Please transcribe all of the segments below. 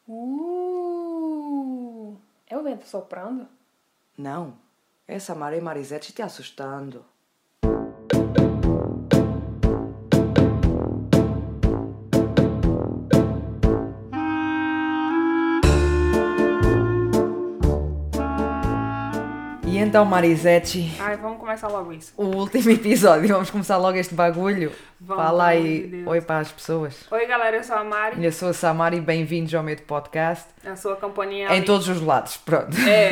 É o vento soprando? Não, é Samara e Marisete te assustando. E então, Marisete, Ai, vamos começar logo isso. o último episódio, vamos começar logo este bagulho. Vamos, Fala pelo amor aí, de Deus. oi para as pessoas. Oi, galera, eu sou a Mari. Eu sou a Samara e bem-vindos ao meu podcast. A sua companhia Em ali. todos os lados, pronto. É.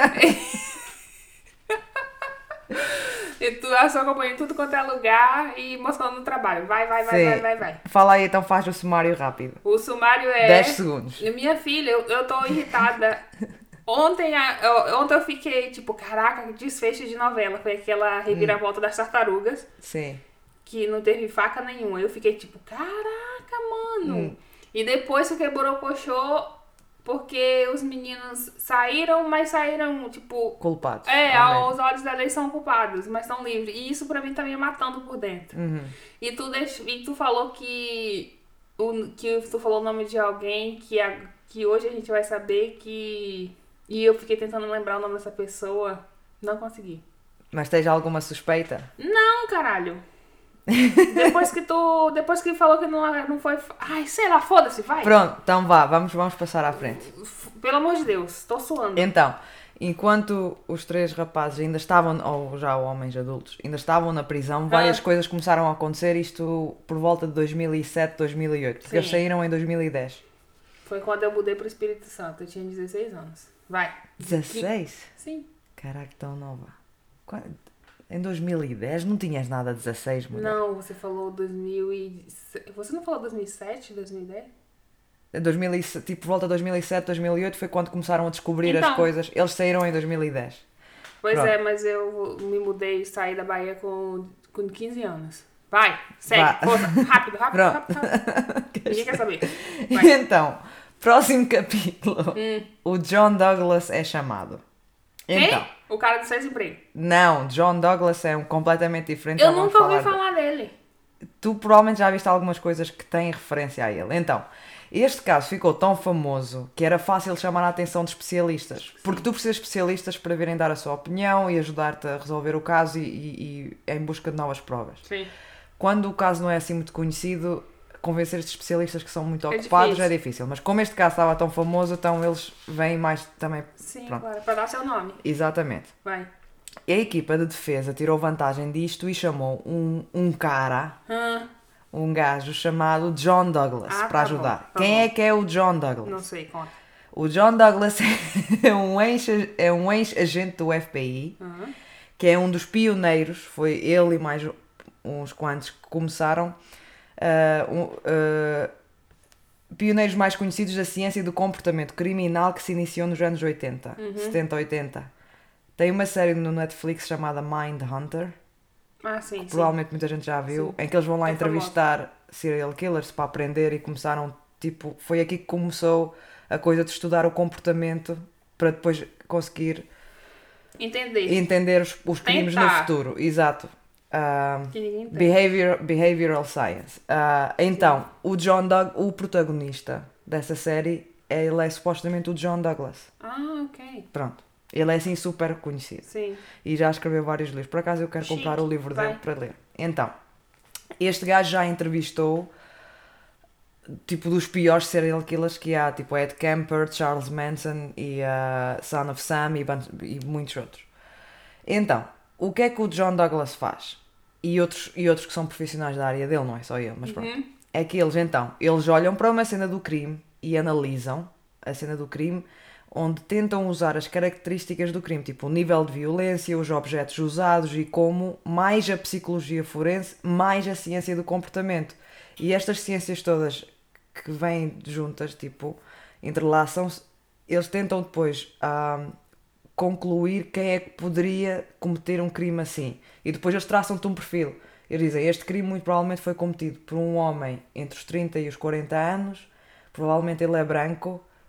E tu, a sua companhia em tudo quanto é lugar e mostrando no trabalho. Vai. Sim. Fala aí, então faz o sumário rápido. O sumário é... 10 segundos. Minha filha, eu tô irritada. Ontem eu fiquei tipo, caraca, que desfecho de novela. Foi aquela reviravolta das tartarugas, Sim. que não teve faca nenhuma. Eu fiquei tipo, caraca, mano. E depois fiquei borocochô, porque os meninos saíram, mas saíram, tipo... Culpados. aos olhos da lei são culpados, mas estão livres. E isso pra mim tá me matando por dentro. E tu falou que tu falou o nome de alguém que hoje a gente vai saber que... E eu fiquei tentando lembrar o nome dessa pessoa. Não consegui. Mas tens alguma suspeita? Não, caralho. Depois que falou que não foi... Ai, sei lá, foda-se, vai. Pronto, então vá, vamos passar à frente. Pelo amor de Deus, tô suando. Então, enquanto os três rapazes ainda estavam, ou já homens adultos, ainda estavam na prisão, várias coisas começaram a acontecer, isto por volta de 2007, 2008, porque Sim. eles saíram em 2010. Foi quando eu mudei pro Espírito Santo. Eu tinha 16 anos. Vai. 16? Sim. Caraca, tão nova. Em 2010 não tinhas nada a 16, mulher? Não, você falou 2000 Você não falou 2007, 2010? 2007, tipo, por volta de 2007, 2008 foi quando começaram a descobrir Então. as coisas. Eles saíram em 2010. Pois Pronto. é, mas eu me mudei e saí da Bahia com 15 anos. Vai, segue, Vá. força, rápido. Pronto. Ninguém quer saber. Vai. Então, próximo capítulo. O John Douglas é chamado. Então, Quem? O cara do seu desemprego. não, John Douglas é completamente diferente. Eu já vamos nunca ouvi falar falar dele. Tu provavelmente já viste algumas coisas que têm referência a ele. Então, este caso ficou tão famoso que era fácil chamar a atenção de especialistas. Porque tu precisas de especialistas para virem dar a sua opinião e ajudar-te a resolver o caso e em busca de novas provas. Sim. Quando o caso não é assim muito conhecido, convencer estes especialistas que são muito ocupados difícil. é difícil. Mas como este caso estava tão famoso, então eles vêm mais também... Sim, Pronto. claro, para dar seu nome. Exatamente. Vai. A equipa de defesa tirou vantagem disto e chamou um cara... um gajo chamado John Douglas Ah, para tá ajudar. bom, tá Quem bom. é que é o John Douglas? Não sei, conta. O John Douglas é um ex-agente do FBI, que é um dos pioneiros, foi ele e mais uns quantos que começaram, pioneiros mais conhecidos da ciência e do comportamento criminal que se iniciou nos anos 80, 70, 80. Tem uma série no Netflix chamada Mindhunter, Ah, sim, sim. provavelmente muita gente já viu, Sim. em que eles vão lá É entrevistar serial killers para aprender e começaram, tipo, foi aqui que começou a coisa de estudar o comportamento para depois conseguir Entender. entender os crimes no Tentar. futuro. Exato. Que ninguém entende. Behavioral Science. Então, o protagonista dessa série, ele é supostamente o John Douglas. Ah, ok. Pronto. Ele é assim super conhecido. Sim. E já escreveu vários livros. Por acaso eu quero Chique. comprar o livro dele Vai. para ler. Então, este gajo já entrevistou tipo dos piores serial killers que há, tipo Ed Kemper, Charles Manson e Son of Sam e muitos outros. Então, o que é que o John Douglas faz? E outros que são profissionais da área dele, não é só ele, mas pronto. É que eles olham para uma cena do crime e analisam a cena do crime, onde tentam usar as características do crime, tipo o nível de violência, os objetos usados e como mais a psicologia forense, mais a ciência do comportamento. E estas ciências todas que vêm juntas, tipo, entrelaçam-se, eles tentam depois concluir quem é que poderia cometer um crime assim. E depois eles traçam-te um perfil. Eles dizem, este crime muito provavelmente foi cometido por um homem entre os 30 e os 40 anos, provavelmente ele é branco,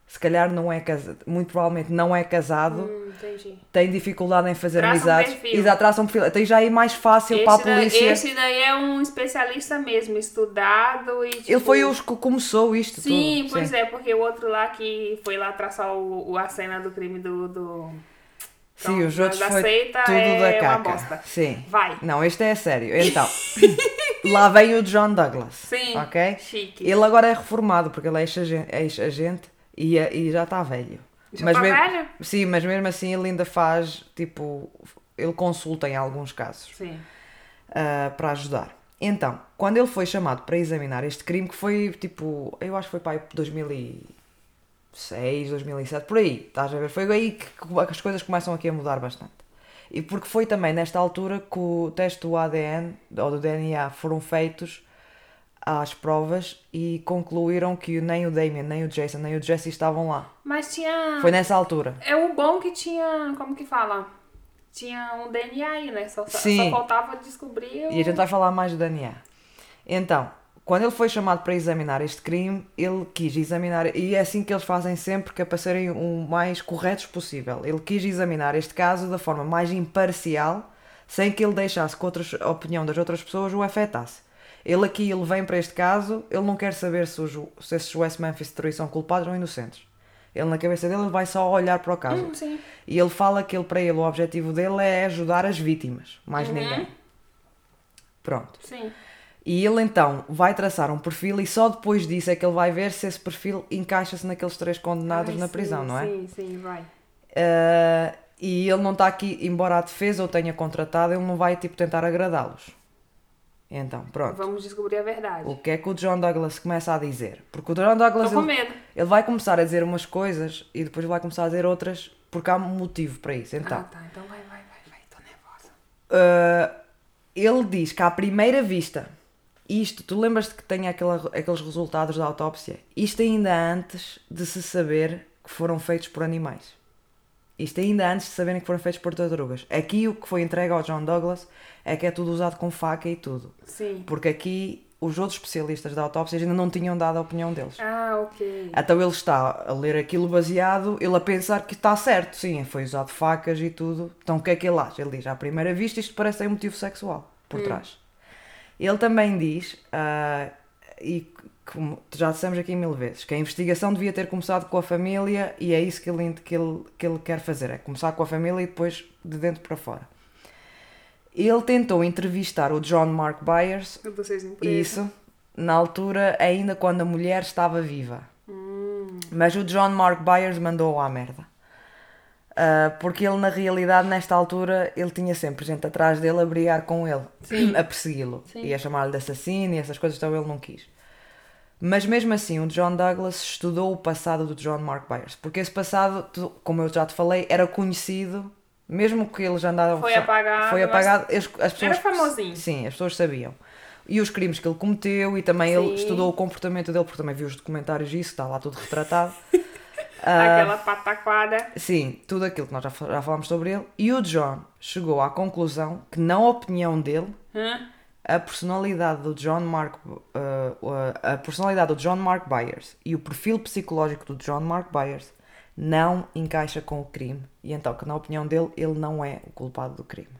se calhar não é casado, muito provavelmente não é casado, Entendi. tem dificuldade em fazer Traça um amizades. perfil. Exato, traça um perfil. Tem já aí mais fácil para a polícia. Esse daí é um especialista mesmo, estudado e tipo... Ele foi os que começou isto Sim, tudo. pois é, porque o outro lá que foi lá traçar a cena do crime do... Sim, os outros da foi seita tudo é da uma caca. bosta. Sim. Vai. Não, este é sério. Então, lá vem o John Douglas. Sim, Ok? chique. Ele agora é reformado, porque ele é ex-agente e já está velho. Já tá velho? Sim, mas mesmo assim ele ainda faz, tipo, ele consulta em alguns casos. Sim. Para ajudar. Então, quando ele foi chamado para examinar este crime, que foi, tipo, eu acho que foi para aí 2006, 2007, por aí, estás a ver? Foi aí que as coisas começam aqui a mudar bastante. E porque foi também nesta altura que o teste do ADN, ou do DNA, foram feitos às provas e concluíram que nem o Damien, nem o Jason, nem o Jesse estavam lá. Mas tinha... Foi nessa altura. É o bom que tinha... Como que fala? Tinha um DNA aí, né? Só Sim. faltava descobrir... E a gente vai falar mais do DNA. Então, quando ele foi chamado para examinar este crime, ele quis examinar, e é assim que eles fazem sempre, que é para serem o mais corretos possível. Ele quis examinar este caso da forma mais imparcial, sem que ele deixasse que a opinião das outras pessoas o afetasse. Ele vem para este caso, ele não quer saber se esses West Memphis terroristas são culpados ou inocentes. Ele, na cabeça dele, ele vai só olhar para o caso. Sim. E ele fala que para ele o objetivo dele é ajudar as vítimas, mais ninguém. Pronto. Sim. E ele então vai traçar um perfil e só depois disso é que ele vai ver se esse perfil encaixa-se naqueles 3 condenados na prisão, não é? Sim, vai. E ele não está aqui, embora a defesa o tenha contratado, ele não vai tipo tentar agradá-los. Então, pronto. Vamos descobrir a verdade. O que é que o John Douglas começa a dizer? Porque o John Douglas... Tô com medo. Ele vai começar a dizer umas coisas e depois vai começar a dizer outras porque há um motivo para isso. Então, tá. Então vai. Tô nervosa. Ele diz que à primeira vista, tu lembras-te que tem aqueles resultados da autópsia? Isto ainda antes de se saber que foram feitos por animais. Isto ainda antes de saberem que foram feitos por tartarugas. Aqui o que foi entregue ao John Douglas é que é tudo usado com faca e tudo. Sim. Porque aqui os outros especialistas da autópsia ainda não tinham dado a opinião deles. Ok. Então ele está a ler aquilo baseado, ele a pensar que está certo. Sim, foi usado facas e tudo. Então o que é que ele acha? Ele diz, à primeira vista isto parece ter um motivo sexual por trás. Ele também diz, e como já dissemos aqui 1000 vezes, que a investigação devia ter começado com a família e é isso que ele quer fazer, é começar com a família e depois de dentro para fora. Ele tentou entrevistar o John Mark Byers, isso, na altura ainda quando a mulher estava viva. Mas o John Mark Byers mandou-o à merda. Porque ele na realidade nesta altura ele tinha sempre gente atrás dele a brigar com ele. Sim. A persegui-lo e a chamar-lhe de assassino e essas coisas, então ele não quis. Mas mesmo assim o John Douglas estudou o passado do John Mark Byers, porque esse passado, como eu já te falei, era conhecido, mesmo que ele já andava... Foi apagado, as pessoas, era famosinho. Sim, as pessoas sabiam. E os crimes que ele cometeu e também ele estudou o comportamento dele, porque também viu os documentários disso, está lá tudo retratado. Aquela pataquada. Sim, tudo aquilo que nós já falámos sobre ele. E o John chegou à conclusão que, na opinião dele, a personalidade do John Mark Byers e o perfil psicológico do John Mark Byers não encaixa com o crime. E então, que na opinião dele, ele não é o culpado do crime.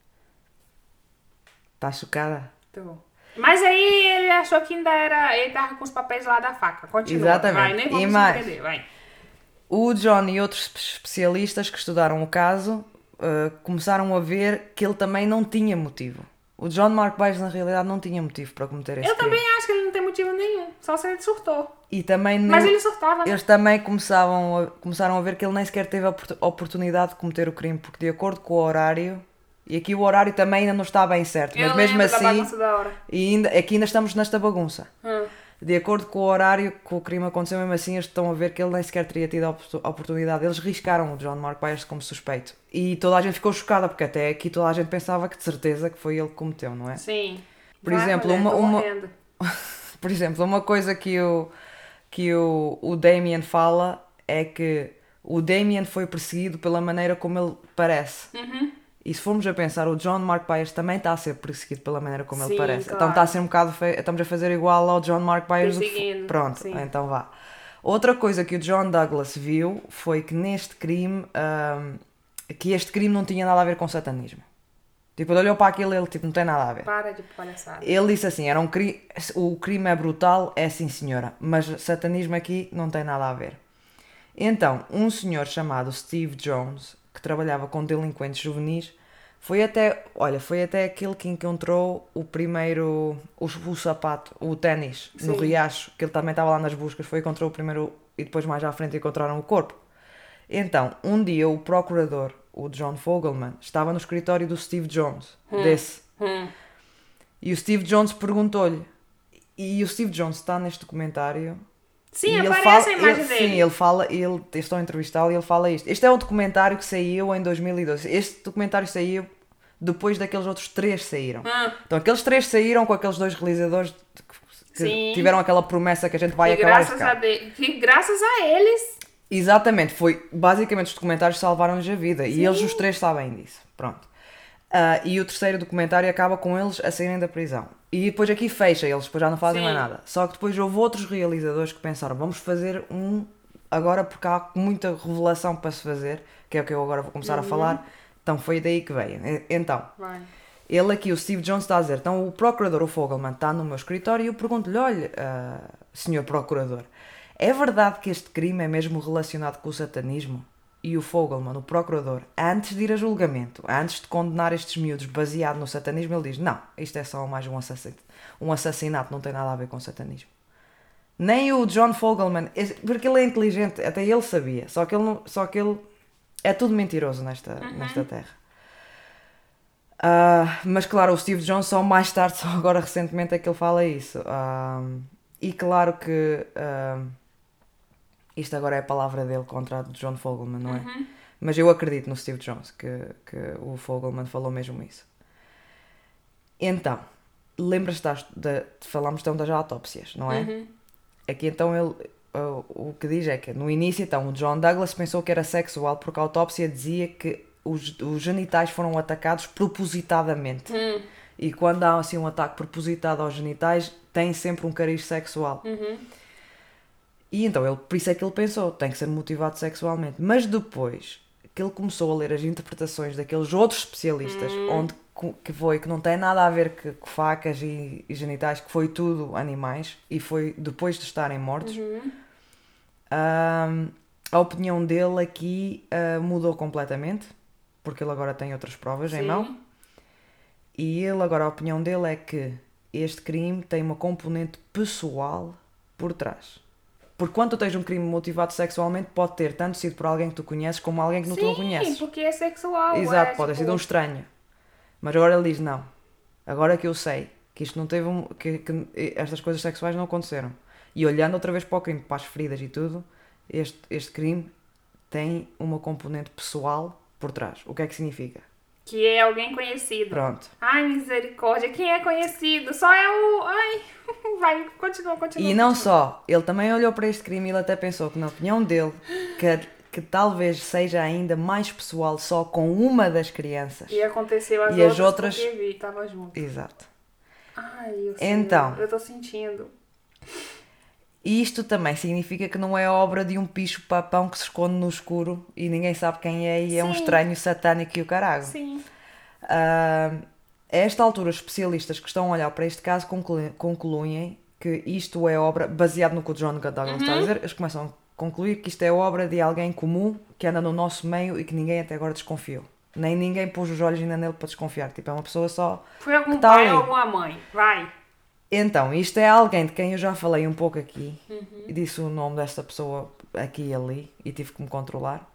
Estás chocada? Tô. Mas aí ele achou que ainda era... Ele tava com os papéis lá da faca. Continua. Exatamente. Vai, nem vamos entender, vai. O John e outros especialistas que estudaram o caso começaram a ver que ele também não tinha motivo. O John Mark Byers na realidade não tinha motivo para cometer esse crime. Eu também acho que ele não tem motivo nenhum. Só se ele surtou. E também Mas ele surtava, né? Eles também começaram a ver que ele nem sequer teve a oportunidade de cometer o crime, porque de acordo com o horário, e aqui o horário também ainda não está bem certo, mas mesmo assim, da bagunça da hora. E aqui ainda estamos nesta bagunça. De acordo com o horário que o crime aconteceu, mesmo assim eles estão a ver que ele nem sequer teria tido a oportunidade. Eles riscaram o John Mark Byers como suspeito. E toda a gente ficou chocada, porque até aqui toda a gente pensava que de certeza que foi ele que cometeu, não é? Sim. Por exemplo, por exemplo, uma coisa que o Damien fala é que o Damien foi perseguido pela maneira como ele parece. E se formos a pensar, o John Mark Byers também está a ser perseguido pela maneira como ele parece. Claro. Então está a ser um bocado... Estamos a fazer igual ao John Mark Byers. Pronto, sim. Então vá. Outra coisa que o John Douglas viu foi que neste crime, que este crime não tinha nada a ver com satanismo. Tipo, ele olhou para aquilo e ele tipo, não tem nada a ver. Para de palhaçada. Ele disse assim, o crime é brutal, é sim senhora, mas satanismo aqui não tem nada a ver. Então, um senhor chamado Steve Jones, que trabalhava com delinquentes juvenis, foi até aquele que encontrou o primeiro, o sapato, o ténis, no riacho, que ele também estava lá nas buscas, encontrou o primeiro e depois mais à frente encontraram o corpo. Então, um dia o procurador, o John Fogelman, estava no escritório do Steve Jones, e o Steve Jones perguntou-lhe, e o Steve Jones está neste documentário. Sim, aparece a imagem dele. Sim, eles estão a entrevistá-lo e ele fala isto. Este é um documentário que saiu em 2012. Este documentário saiu depois daqueles outros 3 saíram. Então aqueles 3 saíram com aqueles 2 realizadores que tiveram aquela promessa que a gente vai acabar este cara. Que graças a eles... Exatamente, basicamente os documentários salvaram-lhes a vida. Sim. E eles os 3 sabem disso. Pronto. E o terceiro documentário acaba com eles a saírem da prisão. E depois aqui fecha, eles depois já não fazem mais nada. Só que depois houve outros realizadores que pensaram, vamos fazer um agora porque há muita revelação para se fazer, que é o que eu agora vou começar a falar. Então foi daí que veio. Então, ele aqui, o Steve Jones, está a dizer, então o procurador, o Fogelman, está no meu escritório e eu pergunto-lhe, olha, senhor procurador, é verdade que este crime é mesmo relacionado com o satanismo? E o Fogelman, o procurador, antes de ir a julgamento, antes de condenar estes miúdos baseado no satanismo, ele diz, não, isto é só mais um assassinato, não tem nada a ver com satanismo. Nem o John Fogelman, porque ele é inteligente, até ele sabia, só que ele é tudo mentiroso nesta terra. Mas claro, o Steve Jones só mais tarde, só agora recentemente é que ele fala isso. E claro que... isto agora é a palavra dele contra a de John Fogelman, não é? Mas eu acredito no Steve Jones, que o Fogelman falou mesmo isso. Então, lembras-te falámos então das autópsias, não é? Aqui então o que diz é que no início então o John Douglas pensou que era sexual porque a autópsia dizia que os genitais foram atacados propositadamente. E quando há assim um ataque propositado aos genitais, tem sempre um cariz sexual. E então, por isso é que ele pensou, tem que ser motivado sexualmente. Mas depois que ele começou a ler as interpretações daqueles outros especialistas, que não tem nada a ver com facas e genitais, que foi tudo animais, e foi depois de estarem mortos, a opinião dele aqui mudou completamente, porque ele agora tem outras provas em mão. E a opinião dele é que este crime tem uma componente pessoal por trás. Porque quando tu tens um crime motivado sexualmente, pode ter tanto sido por alguém que tu conheces como alguém que tu não conheces. Sim, porque é sexual. Exato, pode ter sido um estranho. Mas agora ele diz, não. Agora que eu sei que isto não teve que estas coisas sexuais não aconteceram. E olhando outra vez para o crime, para as feridas e tudo, este crime tem uma componente pessoal por trás. O que é que significa? Que é alguém conhecido. Pronto. Ai, misericórdia. Quem é conhecido? Só é o... Ai, vai, continua. E não só. Ele também olhou para este crime e ele até pensou que, na opinião dele, que talvez seja ainda mais pessoal só com uma das crianças. E aconteceu as outras porque vi, estava junto. Exato. Ai, eu estou sentindo. Isto também significa que não é obra de um picho papão que se esconde no escuro e ninguém sabe quem é e é um estranho satânico e o caralho. Sim. A esta altura, os especialistas que estão a olhar para este caso concluem que isto é obra, baseado no que o John Douglas está a dizer, eles começam a concluir que isto é obra de alguém comum que anda no nosso meio e que ninguém até agora desconfiou. Nem ninguém pôs os olhos ainda nele para desconfiar. Tipo, é uma pessoa só... Foi algum pai ou alguma mãe. Vai. Então, isto é alguém de quem eu já falei um pouco aqui. E disse o nome desta pessoa aqui e ali. E tive que me controlar.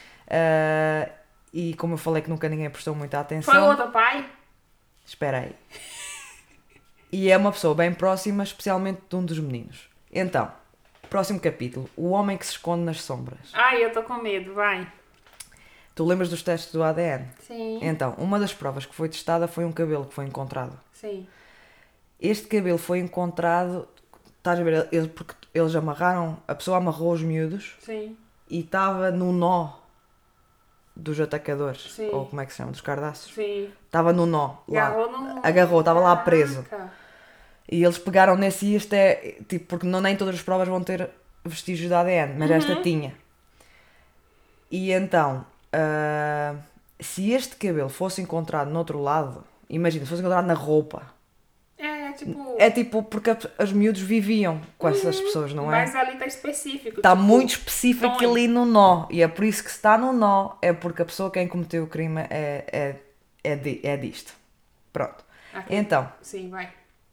E como eu falei que nunca ninguém prestou muita atenção... Foi o outro pai? Espera aí. E é uma pessoa bem próxima, especialmente de um dos meninos. Então, próximo capítulo. O homem que se esconde nas sombras. Ai, eu estou com medo. Vai. Tu lembras dos testes do ADN? Sim. Então, uma das provas que foi testada foi um cabelo que foi encontrado. Sim. Este cabelo foi encontrado, estás a ver, porque eles amarraram, a pessoa amarrou os miúdos. Sim. E estava no nó dos atacadores. Sim. Ou como é que se chama, dos cardaços. Sim. Estava no nó, lá. Agarrou, estava lá preso. E eles pegaram nesse e isto é, tipo, porque nem todas as provas vão ter vestígios de ADN, mas esta tinha. E então, se este cabelo fosse encontrado no outro lado, imagina, se fosse encontrado na roupa, é tipo porque os miúdos viviam com essas pessoas, não é? Mas ali está específico. Está tipo, muito específico ali no nó. E é por isso que se está no nó, é porque a pessoa quem cometeu o crime é disto. Pronto. Aqui. Então. Sim, vai.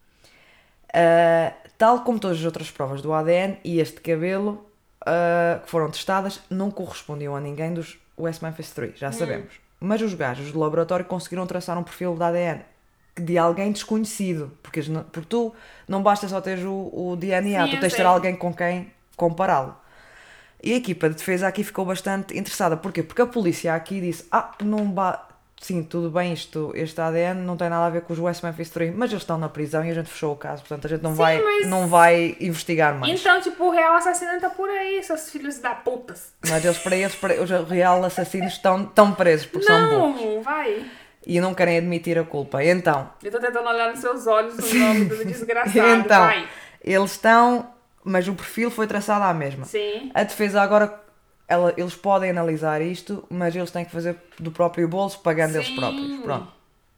Tal como todas as outras provas do ADN e este cabelo que foram testadas não correspondiam a ninguém dos West Memphis 3, já sabemos. Mas os gajos do laboratório conseguiram traçar um perfil de ADN de alguém desconhecido, porque tu não basta só teres o DNA, tu tens de ter alguém com quem compará-lo. E a equipa de defesa aqui ficou bastante interessada. Porquê? Porque a polícia aqui disse, sim, tudo bem, este ADN não tem nada a ver com os West Memphis 3, mas eles estão na prisão e a gente fechou o caso, portanto a gente não vai investigar mais. Então, tipo, o real assassino está por aí, seus filhos da putas. Mas os real assassinos estão presos, porque são burros. Não, vai. E não querem admitir a culpa. Então... Eu estou tentando olhar nos seus olhos o nome do desgraçado, então, vai. Eles estão... Mas o perfil foi traçado à mesma. Sim. A defesa agora... Eles podem analisar isto, mas eles têm que fazer do próprio bolso, pagando eles próprios. Pronto.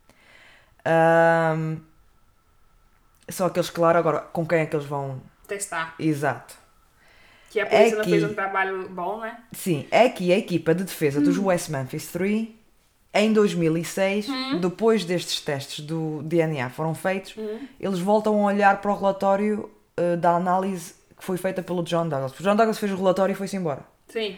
Só que eles, claro, agora, com quem é que eles vão... testar. Exato. Que a polícia não fez um trabalho bom, né? Sim, é que a equipa de defesa dos West Memphis 3, em 2006, depois destes testes do DNA foram feitos, eles voltam a olhar para o relatório da análise que foi feita pelo John Douglas. O John Douglas fez o relatório e foi-se embora. Sim.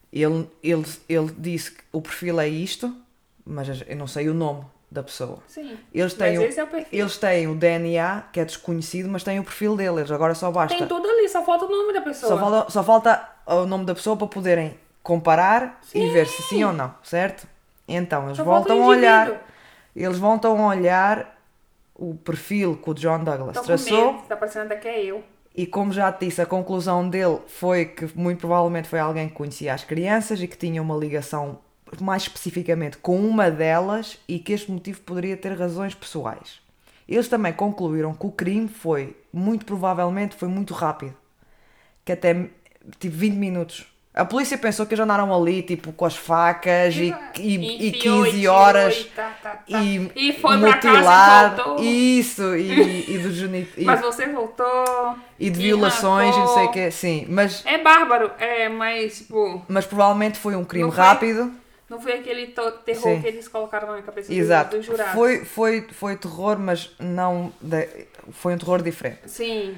Ele disse que o perfil é isto, mas eu não sei o nome da pessoa. Sim. Esse é o perfil. Eles têm o DNA, que é desconhecido, mas têm o perfil deles. Agora só basta... Tem tudo ali, só falta o nome da pessoa. Só falta o nome da pessoa para poderem comparar e ver se sim ou não, certo? Então, eles voltam a olhar... Eles voltam a olhar o perfil que o John Douglas traçou. Está parecendo até que é eu. E como já te disse, a conclusão dele foi que muito provavelmente foi alguém que conhecia as crianças e que tinha uma ligação mais especificamente com uma delas e que este motivo poderia ter razões pessoais. Eles também concluíram que o crime muito provavelmente foi muito rápido. Que até tipo 20 minutos. A polícia pensou que eles andaram ali tipo com as facas e 15 horas e foi mutilar, pra casa e voltou. Isso, e do genito. Mas você voltou. E de violações e não sei o que, sim. Mas, é bárbaro, mas tipo... Mas provavelmente foi um crime rápido. Não foi aquele terror que eles colocaram na cabeça dos jurados. Foi terror, mas não... Foi um terror diferente. Sim.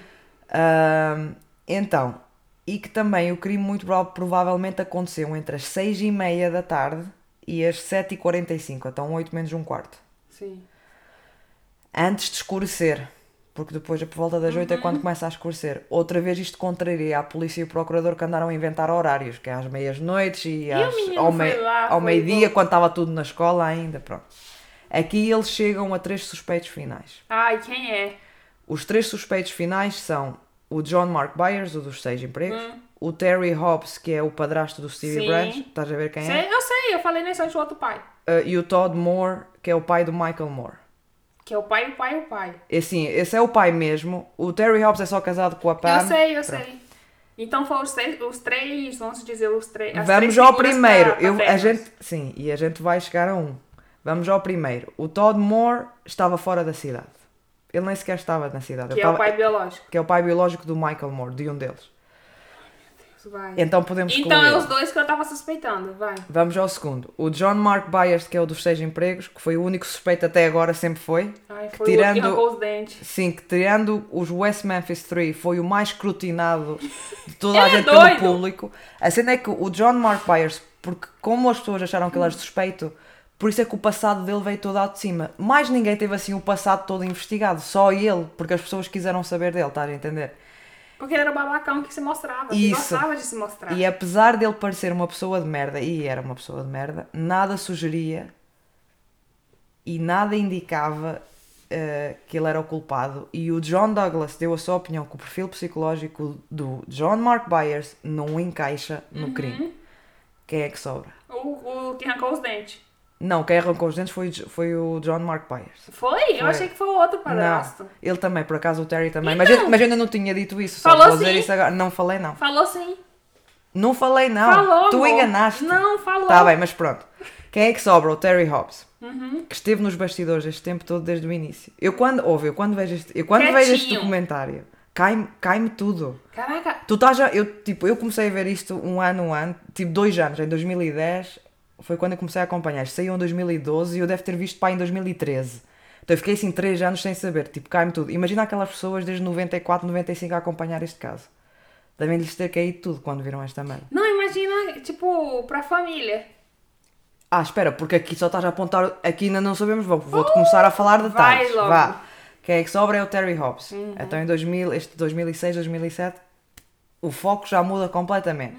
Então... E que também o crime muito provavelmente aconteceu entre as 6h30 da tarde e as 7h45, então 8 menos um quarto. Sim. Antes de escurecer, porque depois por volta das 8 é quando começa a escurecer. Outra vez isto contraria a polícia e o procurador que andaram a inventar horários, que é às meias-noites e ao meio-dia, quando estava tudo na escola ainda, pronto. Aqui eles chegam a 3 suspeitos finais. Ai, quem é? Os 3 suspeitos finais são... o John Mark Byers, o dos 6 empregos, o Terry Hobbs, que é o padrasto do Stevie Branch, estás a ver quem é? Eu sei, eu falei nesse antes do outro pai. E o Todd Moore, que é o pai do Michael Moore. Que é o pai. Esse é o pai mesmo. O Terry Hobbs é só casado com a Pam. Eu sei. Então foram os três, vamos dizer, os três. Vamos ao primeiro. A gente vai chegar a um. Vamos ao primeiro. O Todd Moore estava fora da cidade. Ele nem sequer estava na cidade. É o pai biológico. Que é o pai biológico do Michael Moore, de um deles. Vai. Então podemos excluir. Então é os dois que eu estava suspeitando, vai. Vamos ao segundo. O John Mark Byers, que é o dos 6 empregos, que foi o único suspeito até agora, sempre foi. Foi o que arrancou os dentes. Sim, que tirando os West Memphis 3, foi o mais escrutinado de toda a gente pelo público. A cena é que o John Mark Byers, porque como as pessoas acharam que ele era suspeito, por isso é que o passado dele veio todo ao de cima. Mais ninguém teve assim o passado todo investigado, só ele, porque as pessoas quiseram saber dele, estás a entender? Porque ele era o babacão que se mostrava, que gostava de se mostrar. E apesar dele parecer uma pessoa de merda, e era uma pessoa de merda, nada sugeria e nada indicava que ele era o culpado. E o John Douglas deu a sua opinião que o perfil psicológico do John Mark Byers não encaixa no crime. Quem é que sobra? O que arrancou os dentes. Não, quem arrancou os dentes foi o John Mark Byers. Foi? Eu achei que foi o outro padrasto. Não, ele também, por acaso o Terry também. Então, mas eu ainda não tinha dito isso. Só falou vou dizer sim. isso agora. Não falei, não. Falou sim. Não falei, não. Falou, Tu amor. enganaste. Não, falou. Tá bem, mas pronto. Quem é que sobra? O Terry Hobbs. Uhum. Que esteve nos bastidores este tempo todo desde o início. Eu quando vejo este documentário, cai-me tudo. Caraca. Tu estás eu comecei a ver isto um ano, tipo 2 anos, em 2010, foi quando eu comecei a acompanhar. Isto saiu em 2012 e eu devo ter visto em 2013. Então eu fiquei assim 3 anos sem saber, tipo, cai-me tudo. Imagina aquelas pessoas desde 94, 95 a acompanhar este caso. Devem-lhes ter caído tudo quando viram esta merda. Não, imagina, tipo, pra família. Ah, espera, porque aqui só estás a apontar, aqui ainda não sabemos, vou-te começar a falar detalhes. Vai logo. Vá. Quem é que sobra é o Terry Hobbs. Então em 2006, 2007, o foco já muda completamente.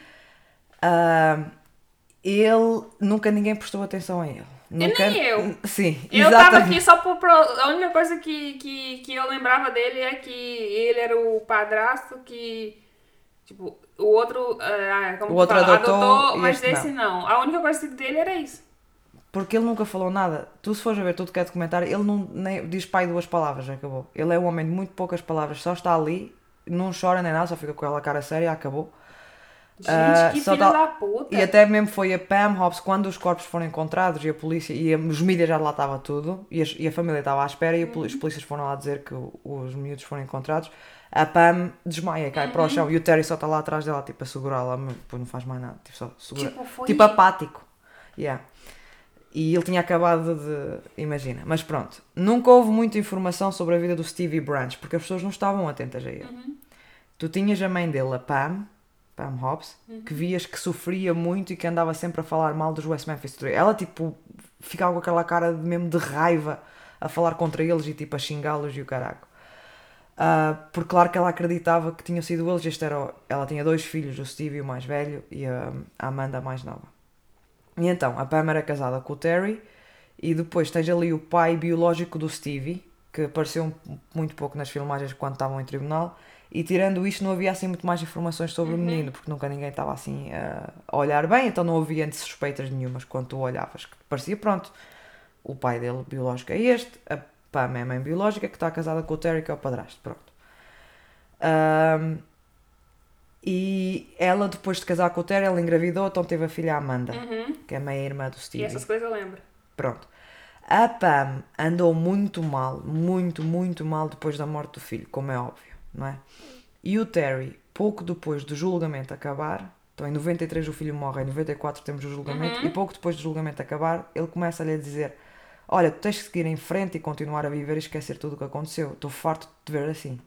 Ele, nunca ninguém prestou atenção a ele. Nunca, nem eu. Sim, Eu exatamente. tava aqui só a única coisa que eu lembrava dele é que ele era o padrasto que, tipo, o outro, como O outro tu fala, adotou e mas este esse não. A única coisa dele era isso. Porque ele nunca falou nada. Tu, se fores a ver tudo que é documentário, ele não nem diz pai 2 palavras, acabou. Ele é um homem de muito poucas palavras, só está ali, não chora nem nada, só fica com aquela cara séria, acabou. Gente, que só filho da puta. E até mesmo foi a Pam Hobbs, quando os corpos foram encontrados e a polícia, os mídias já lá estava tudo, e a família estava à espera, e os polícias foram lá dizer que os miúdos foram encontrados. A Pam desmaia, cai para o chão, e o Terry só está lá atrás dela, tipo, a segurá-la, depois não faz mais nada, tipo, só segura. Tipo apático. Yeah. E ele tinha acabado de... Imagina. Mas pronto. Nunca houve muita informação sobre a vida do Stevie Branch, porque as pessoas não estavam atentas a ele. Tu tinhas a mãe dele, a Pam Hobbs, que vias que sofria muito e que andava sempre a falar mal dos West Memphis 3. Ela, tipo, ficava com aquela cara mesmo de raiva a falar contra eles e, tipo, a xingá-los e o caraco. Porque, claro que ela acreditava que tinham sido eles. Ela tinha 2 filhos, o Stevie, o mais velho, e a Amanda, a mais nova. E então, a Pam era casada com o Terry, e depois tens ali o pai biológico do Stevie, que apareceu muito pouco nas filmagens quando estavam em tribunal, e tirando isto não havia assim muito mais informações sobre o menino, porque nunca ninguém estava assim a olhar bem, então não havia suspeitas nenhumas quando tu olhavas, que parecia, pronto, o pai dele biológico é este, a Pam é a mãe biológica, que está casada com o Terry, que é o padrasto, pronto. E ela, depois de casar com o Terry, ela engravidou, então teve a filha Amanda, que é a meia-irmã do Stevie. E essas coisas eu lembro. Pronto. A Pam andou muito mal, muito, muito mal depois da morte do filho, como é óbvio, não é? E o Terry, pouco depois do julgamento acabar, então em 93 o filho morre, em 94 temos o julgamento, e pouco depois do julgamento acabar, ele começa-lhe a dizer: olha, tu tens que seguir em frente e continuar a viver e esquecer tudo o que aconteceu, estou farto de te ver assim.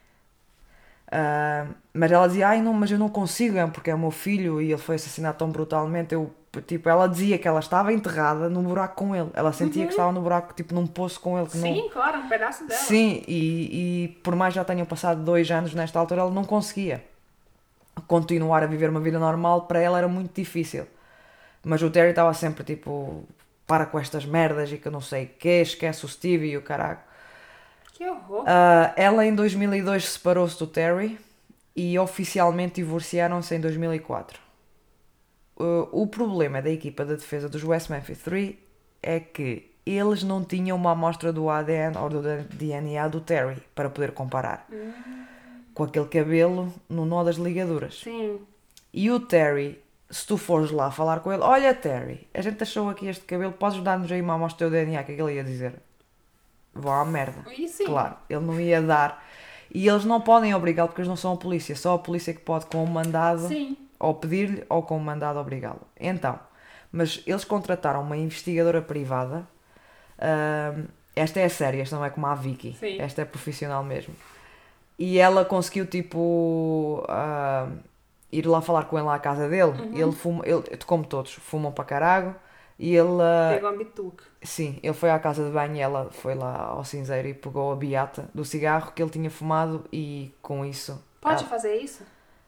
Mas ela dizia: ai não, mas eu não consigo, porque é o meu filho e ele foi assassinado tão brutalmente. Ela dizia que ela estava enterrada num buraco com ele, ela sentia que estava no buraco, tipo num poço com ele. Sim, claro, um pedaço dela. Sim, e por mais já tenham passado 2 anos nesta altura, ela não conseguia continuar a viver uma vida normal. Para ela era muito difícil, mas o Terry estava sempre tipo: para com estas merdas e que não sei o quê, esquece o Stevie e o caraca. Que horror. Ela em 2002 separou-se do Terry e oficialmente divorciaram-se em 2004. O problema da equipa de defesa dos West Memphis 3 é que eles não tinham uma amostra do ADN ou do DNA do Terry para poder comparar. Com aquele cabelo no nó das ligaduras. Sim. E o Terry, se tu fores lá falar com ele: olha Terry, a gente achou aqui este cabelo, podes dar-nos aí uma amostra do DNA? O que é que ele ia dizer? Vão à merda. Claro, ele não ia dar. E eles não podem obrigá-lo porque eles não são a polícia. Só a polícia que pode, com um mandado, Sim. ou pedir-lhe ou com um mandado obrigá-lo. Então, mas eles contrataram uma investigadora privada. Esta é séria, esta não é como a Vicky. Sim. Esta é profissional mesmo. E ela conseguiu tipo ir lá falar com ele à casa dele. Ele como todos, fumam para carago. E ele... pegou a bituca. Sim, ele foi à casa de banho e ela foi lá ao cinzeiro e pegou a beata do cigarro que ele tinha fumado e com isso... Pode fazer isso?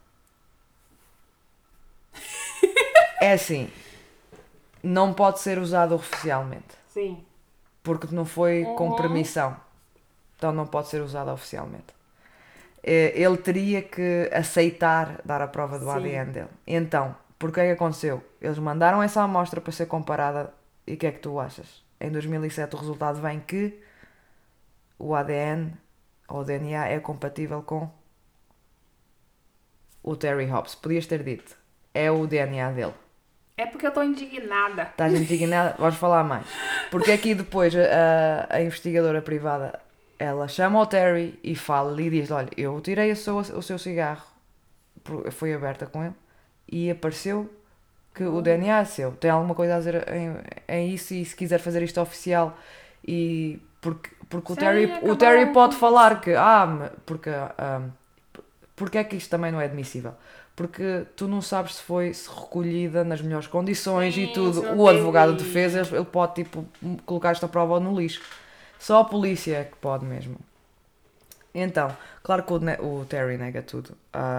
É assim, não pode ser usado oficialmente. Sim. Porque não foi com permissão. Então não pode ser usado oficialmente. Ele teria que aceitar dar a prova do ADN dele. Então, por que é que aconteceu? Eles mandaram essa amostra para ser comparada E o que é que tu achas? Em 2007 o resultado vem que o ADN ou o DNA é compatível com o Terry Hobbs. Podias ter dito. É o DNA dele. É porque eu tô indignada. Estás indignada? Vamos falar mais. Porque aqui depois a investigadora privada, ela chama o Terry e fala-lhe e diz: olha, eu tirei o seu cigarro, foi aberta com ele, e apareceu que o DNA é seu. Tem alguma coisa a dizer em isso, e se quiser fazer isto oficial, e porque o Terry pode falar que porque é que isto também não é admissível? Porque tu não sabes se foi recolhida nas melhores condições. Sim, e tudo. O advogado de defesa, ele pode tipo colocar esta prova no lixo. Só a polícia é que pode mesmo. Então, claro que o Terry nega tudo.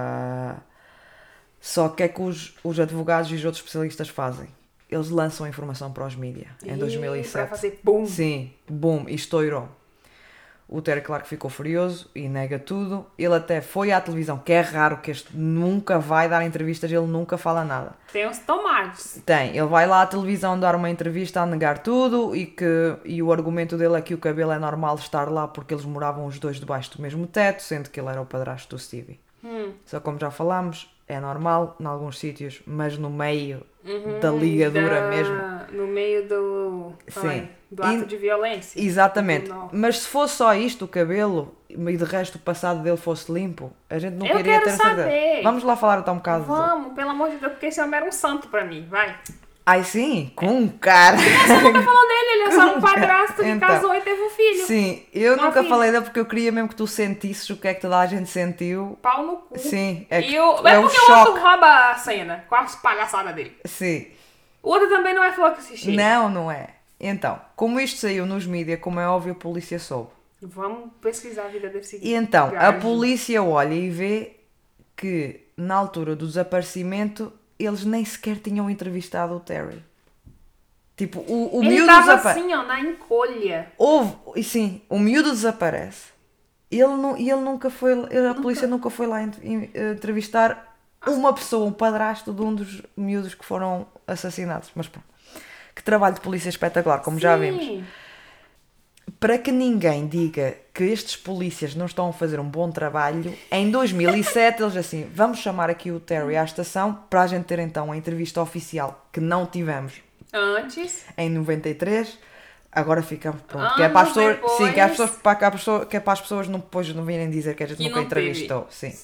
Só que é que os advogados e os outros especialistas fazem? Eles lançam a informação para os mídias em 2007. Para fazer boom. Sim, boom, e estourou. O Terry, claro que ficou furioso e nega tudo. Ele até foi à televisão, que é raro, que este nunca vai dar entrevistas, ele nunca fala nada. Tem uns tomates. Tem, ele vai lá à televisão dar uma entrevista a negar tudo e o argumento dele é que o cabelo é normal estar lá porque eles moravam os dois debaixo do mesmo teto, sendo que ele era o padrasto do Stevie. Só como já falámos, é normal em alguns sítios, mas no meio da ligadura mesmo. No meio do ato de violência. Exatamente. Mas se fosse só isto, o cabelo, e de resto o passado dele fosse limpo, a gente não queria ter certeza. Vamos lá falar então um bocado. Vamos, pelo amor de Deus, porque esse homem era um santo pra mim, vai. Ai sim, com um cara. Você nunca falou dele, ele é só um padrasto que casou e teve um filho. Sim, eu nunca falei dele porque eu queria mesmo que tu sentisses o que é que toda a gente sentiu. Pau no cu. Sim, é porque o outro rouba a cena com as palhaçadas dele. Sim. O outro também não é flor que assistir. Não é. Então, como isto saiu nos mídias, como é óbvio, a polícia soube. Vamos pesquisar a vida desse E então, a polícia olha e vê que na altura do desaparecimento eles nem sequer tinham entrevistado o Terry. Tipo, o miúdo desaparece. Ele estava assim, ó, na encolha. Sim, o miúdo desaparece. Ele nunca foi... A polícia nunca foi lá entrevistar uma pessoa, um padrasto de um dos miúdos que foram assassinados. Mas pronto. Que trabalho de polícia espetacular, como já vimos. Para que ninguém diga que estes polícias não estão a fazer um bom trabalho, em 2007 eles assim, vamos chamar aqui o Terry à estação para a gente ter então a entrevista oficial que não tivemos antes. Em 93. Agora ficamos pronto. Que é para as pessoas, sim, que é para as pessoas depois não virem dizer que a gente que nunca entrevistou. Sim.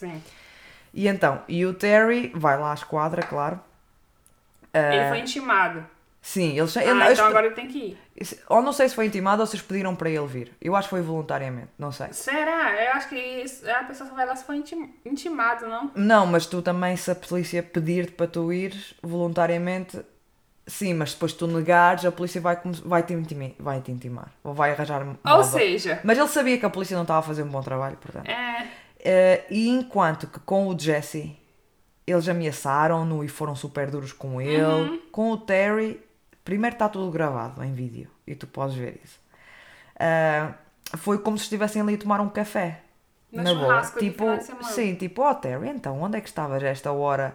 E o Terry vai lá à esquadra, claro. Ele foi intimado. Sim, então agora ele tem que ir. Ou não sei se foi intimado ou se eles pediram para ele vir. Eu acho que foi voluntariamente, não sei. Será? Eu acho que a pessoa só vai lá se for intimado, não? Não, mas tu também, se a polícia pedir-te para tu ires voluntariamente, sim, mas depois tu negares, a polícia vai te intimar. Ou vai arranjar Ou seja... Mas ele sabia que a polícia não estava a fazer um bom trabalho, portanto. E enquanto que com o Jesse, eles ameaçaram-no e foram super duros com ele. Com o Terry... Primeiro está tudo gravado em vídeo e tu podes ver isso. Foi como se estivessem ali a tomar um café. Na boa. Tipo, sim, tipo, Terry, então onde é que estavas a esta hora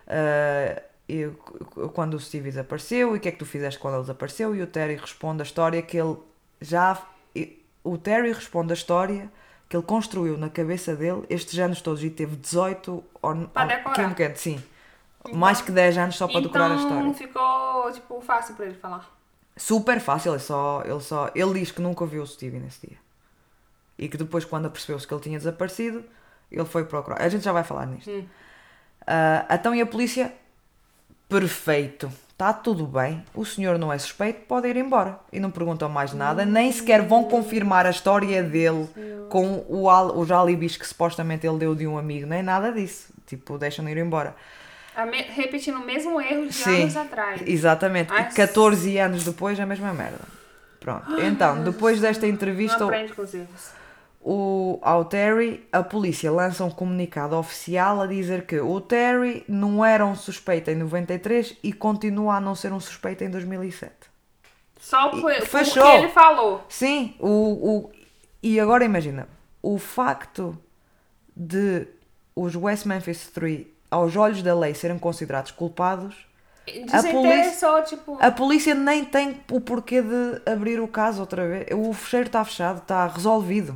quando o Stevie desapareceu? E o que é que tu fizeste quando ele desapareceu? E o Terry responde a história que ele o Terry responde a história que ele construiu na cabeça dele estes anos todos e teve 18 para decorar. Sim. Então, mais que 10 anos só para decorar a história. Então ficou tipo fácil para ele falar. Super fácil, ele diz que nunca viu o Stevie nesse dia. E que depois, quando apercebeu-se que ele tinha desaparecido, ele foi procurar. A gente já vai falar nisto. Então, e a polícia? Perfeito. Está tudo bem. O senhor não é suspeito, pode ir embora. E não perguntam mais nada. Nem sequer vão confirmar a história dele com os alibis que supostamente ele deu de um amigo. Nem nada disso. Tipo, deixam-no ir embora. Repetindo o mesmo erro de anos atrás. Exatamente. E 14 anos depois a mesma merda. Pronto. Então, depois desta entrevista... Não aprende com os erros. Ao Terry, a polícia lança um comunicado oficial a dizer que o Terry não era um suspeito em 93 e continua a não ser um suspeito em 2007. Só porque ele falou. Sim. E agora imagina, o facto de os West Memphis 3, aos olhos da lei, serem considerados culpados... Desinteressou, tipo... A polícia nem tem o porquê de abrir o caso outra vez. O fecheiro está fechado, está resolvido.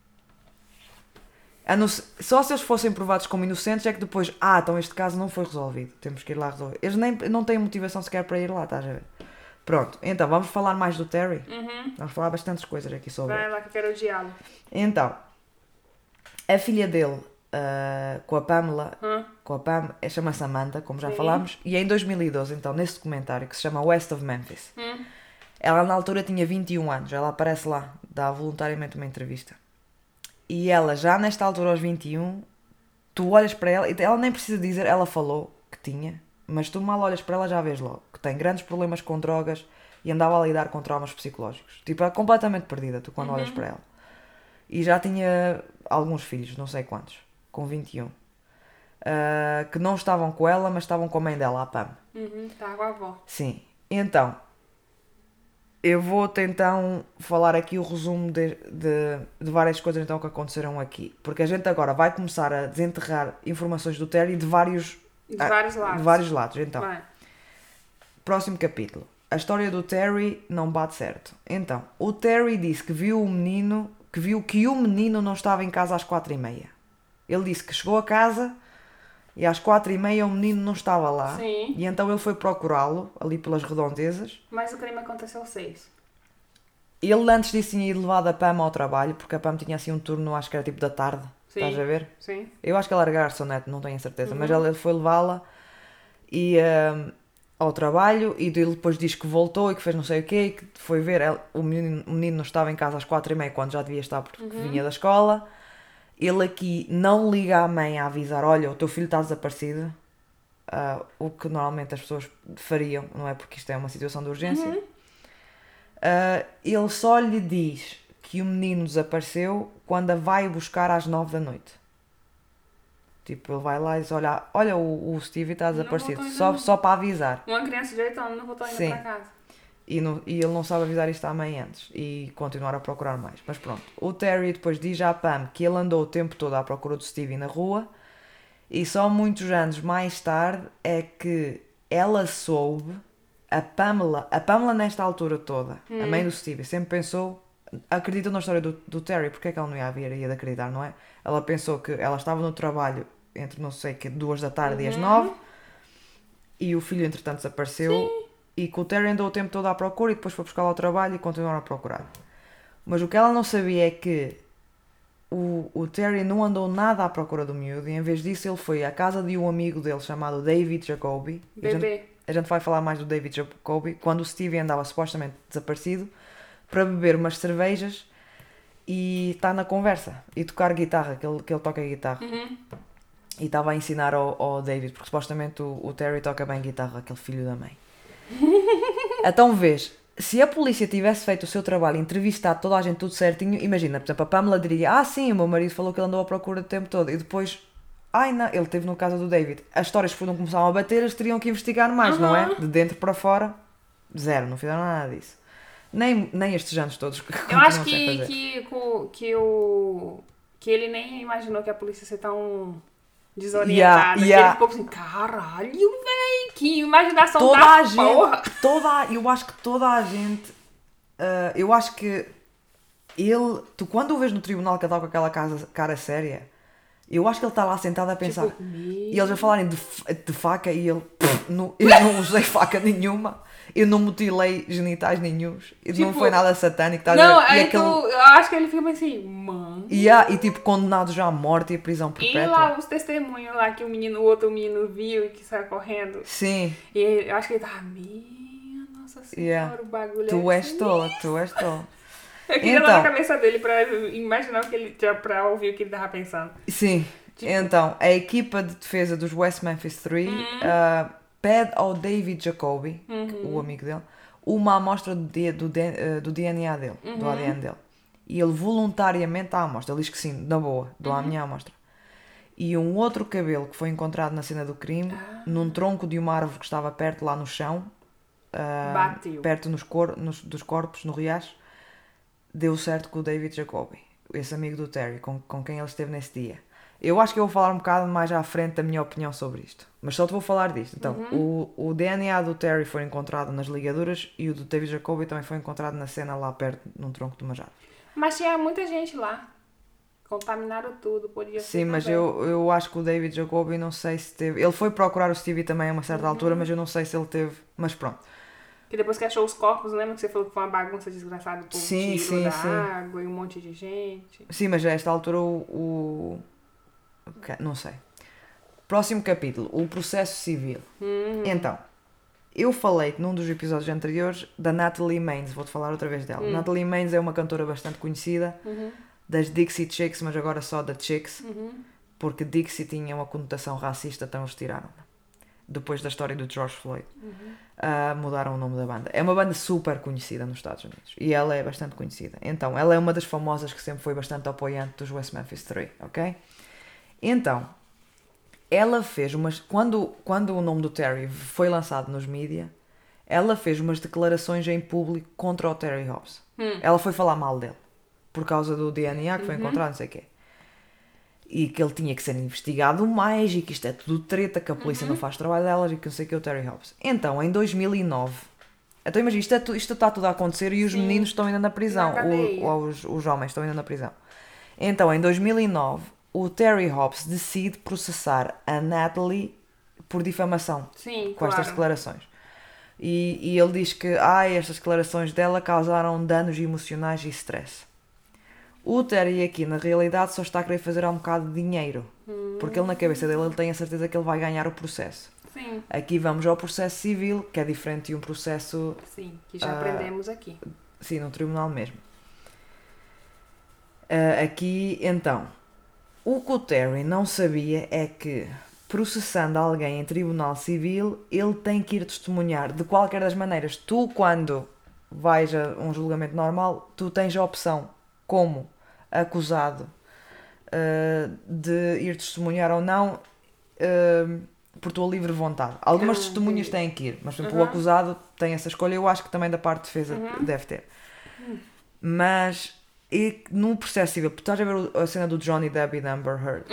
Só se eles fossem provados como inocentes é que depois, então este caso não foi resolvido, temos que ir lá resolver. Eles nem não têm motivação sequer para ir lá, estás a ver? Pronto, então vamos falar mais do Terry. Vamos falar bastantes coisas aqui sobre ele. Vai lá que eu quero odiá-lo. Então, a filha dele, com a Pamela, chama-se Amanda, como já falámos, e em 2012, então, nesse documentário que se chama West of Memphis, ela na altura tinha 21 anos, ela aparece lá, dá voluntariamente uma entrevista. E ela, já nesta altura, aos 21, tu olhas para ela nem precisa dizer, ela falou que tinha, mas tu mal olhas para ela já vês logo que tem grandes problemas com drogas e andava a lidar com traumas psicológicos. Tipo, é completamente perdida, tu quando olhas para ela. E já tinha alguns filhos, não sei quantos, com 21, que não estavam com ela, mas estavam com a mãe dela, a Pam. Está com a avó. Sim, então... Eu vou-te então falar aqui o resumo de várias coisas então que aconteceram aqui. Porque a gente agora vai começar a desenterrar informações do Terry de vários lados. De vários lados. Então, próximo capítulo. A história do Terry não bate certo. Então, o Terry disse que viu que o menino não estava em casa às 4h30. Ele disse que chegou a casa e às 4h30 o menino não estava lá. Sim. E então ele foi procurá-lo ali pelas redondezas. Mas o crime aconteceu às 6. Ele antes disso tinha ido levado a Pam ao trabalho, porque a Pam tinha assim um turno, acho que era tipo da tarde. Sim. Estás a ver? Sim. Eu acho que ela era garçonete, não tenho a certeza. Mas ele foi levá-la ao trabalho e ele depois diz que voltou e que fez não sei o quê, e que foi ver, o menino não estava em casa às 4h30 quando já devia estar porque vinha da escola. Ele aqui não liga à mãe a avisar, olha, o teu filho está desaparecido, o que normalmente as pessoas fariam, não é? Porque isto é uma situação de urgência. Ele só lhe diz que o menino desapareceu quando a vai buscar às 9h. Tipo, ele vai lá e diz, olha o Stevie está desaparecido, só para avisar. Uma criança de 8 anos não voltou ainda para casa. E ele não sabe avisar isto à mãe antes e continuar a procurar mais. Mas pronto, o Terry depois diz à Pam que ele andou o tempo todo à procura do Stevie na rua e só muitos anos mais tarde é que ela soube, a Pamela nesta altura toda, a mãe do Stevie, sempre pensou, acredita na história do Terry, porque é que ela não ia de acreditar, não é? Ela pensou que ela estava no trabalho entre não sei que 2 da tarde e as 9 e o filho entretanto desapareceu. Sim. E que o Terry andou o tempo todo à procura e depois foi buscar lá ao trabalho e continuaram a procurar. Mas o que ela não sabia é que o Terry não andou nada à procura do miúdo e em vez disso ele foi à casa de um amigo dele chamado David Jacoby. A gente vai falar mais do David Jacoby quando o Stevie andava supostamente desaparecido para beber umas cervejas e estar na conversa e tocar guitarra, que ele toca guitarra. E estava a ensinar ao David, porque supostamente o Terry toca bem guitarra, aquele filho da mãe. Então vês, se a polícia tivesse feito o seu trabalho, entrevistado toda a gente tudo certinho, imagina, por exemplo, a Pamela diria, sim, o meu marido falou que ele andou à procura o tempo todo, e depois, não, ele esteve no caso do David. As histórias que começaram a bater, eles teriam que investigar mais, não é? De dentro para fora, zero, não fizeram nada disso. Nem estes anos todos que eu acho que ele nem imaginou que a polícia ia ser tão desorientada. Ele ficou assim, caralho, véi, que imaginação porra. Eu acho que toda a gente, eu acho que tu quando o vês no tribunal que ele está com aquela cara séria, eu acho que ele está lá sentado a pensar, tipo, e eles a falarem de faca e eu não usei faca nenhuma, eu não mutilei genitais nenhuns, não foi nada satânico. Não, eu acho que ele fica assim, mano. E tipo, condenado já à morte e a prisão perpétua. E lá os testemunhos lá que o outro menino viu e que saiu correndo. Sim. E eu acho que ele tava, minha nossa senhora, o bagulho tu és tola. Eu queria lá na cabeça dele pra imaginar pra ouvir o que ele tava pensando. Sim. Tipo... Então, a equipa de defesa dos West Memphis 3 pede ao David Jacoby, o amigo dele, uma amostra do DNA dele, do ADN dele. E ele voluntariamente dá a amostra. Ele diz que sim, na boa, dou a minha amostra. E um outro cabelo que foi encontrado na cena do crime, num tronco de uma árvore que estava perto, lá no chão, perto dos corpos, no riacho, deu certo com o David Jacoby, esse amigo do Terry, com quem ele esteve nesse dia. Eu acho que eu vou falar um bocado mais à frente da minha opinião sobre isto. Mas só te vou falar disto. Então, o DNA do Terry foi encontrado nas ligaduras e o do David Jacoby também foi encontrado na cena lá perto, num tronco de uma árvore. Mas tinha muita gente lá. Contaminaram tudo, podia ser. Sim, mas eu acho que o David Jacoby, não sei se teve... Ele foi procurar o Stevie também a uma certa altura, mas eu não sei se ele teve... Mas pronto. Que depois que achou os corpos, lembra que você falou que foi uma bagunça desgraçada? O povo Sim, tirou da água e um monte de gente. Sim, mas a esta altura não sei. Próximo capítulo, o processo civil. Então, eu falei num dos episódios anteriores da Natalie Maines, vou-te falar outra vez dela. Natalie Maines é uma cantora bastante conhecida, das Dixie Chicks, mas agora só da Chicks, porque Dixie tinha uma conotação racista, então eles tiraram-na. Depois da história do George Floyd, mudaram o nome da banda. É uma banda super conhecida nos Estados Unidos e ela é bastante conhecida. Então, ela é uma das famosas que sempre foi bastante apoiante dos West Memphis 3, ok? Então, ela fez umas... Quando o nome do Terry foi lançado nos mídia, ela fez umas declarações em público contra o Terry Hobbs. Ela foi falar mal dele, por causa do DNA que foi encontrado, não sei o quê. E que ele tinha que ser investigado mais e que isto é tudo treta, que a polícia não faz trabalho delas e que não sei o que é o Terry Hobbs. Então, em 2009... Então imagina, isto está tudo a acontecer e os meninos estão ainda na prisão. Os homens estão ainda na prisão. Então, em 2009... o Terry Hobbs decide processar a Natalie por difamação. Sim, com estas declarações. E ele diz que estas declarações dela causaram danos emocionais e stress. O Terry aqui, na realidade, só está a querer fazer um bocado de dinheiro. Porque ele, na cabeça dele, ele tem a certeza que ele vai ganhar o processo. Sim. Aqui vamos ao processo civil, que é diferente de um processo... Sim, que já aprendemos aqui. Sim, no tribunal mesmo. Aqui, então... O que o Terry não sabia é que, processando alguém em tribunal civil, ele tem que ir testemunhar. De qualquer das maneiras, tu, quando vais a um julgamento normal, tu tens a opção, como acusado, de ir testemunhar ou não, por tua livre vontade. Algumas testemunhas têm que ir, mas, por exemplo, o acusado tem essa escolha. Eu acho que também da parte de defesa deve ter. Mas... E no processo civil, estás a ver a cena do Johnny Depp e da Amber Heard,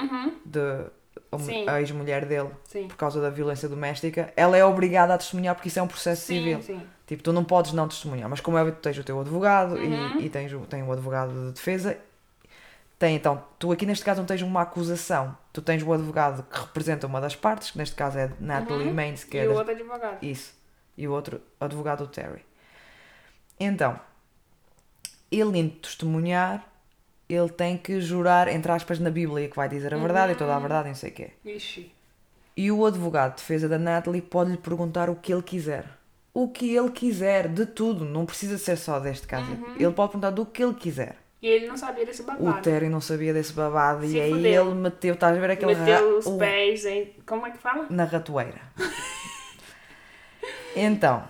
a ex-mulher dele, por causa da violência doméstica, ela é obrigada a testemunhar porque isso é um processo civil. Sim. Tipo, tu não podes não testemunhar, mas como é que tu tens o teu advogado e tens o advogado de defesa, então, tu aqui neste caso não tens uma acusação, tu tens o advogado que representa uma das partes, que neste caso é Natalie Maines, que e o outro advogado. Isso, e o outro advogado, o Terry. Então... ele indo testemunhar, ele tem que jurar, entre aspas, na Bíblia, que vai dizer a verdade e toda a verdade e não sei o quê. Ixi. E o advogado de defesa da Natalie pode-lhe perguntar o que ele quiser. O que ele quiser, de tudo. Não precisa ser só deste caso. Ele pode perguntar do que ele quiser. E ele não sabia desse babado. O Terry não sabia desse babado. Se e aí fudeu. ele meteu, estás a ver aquele... Meteu os pés em... Como é que fala? Na ratoeira. Então...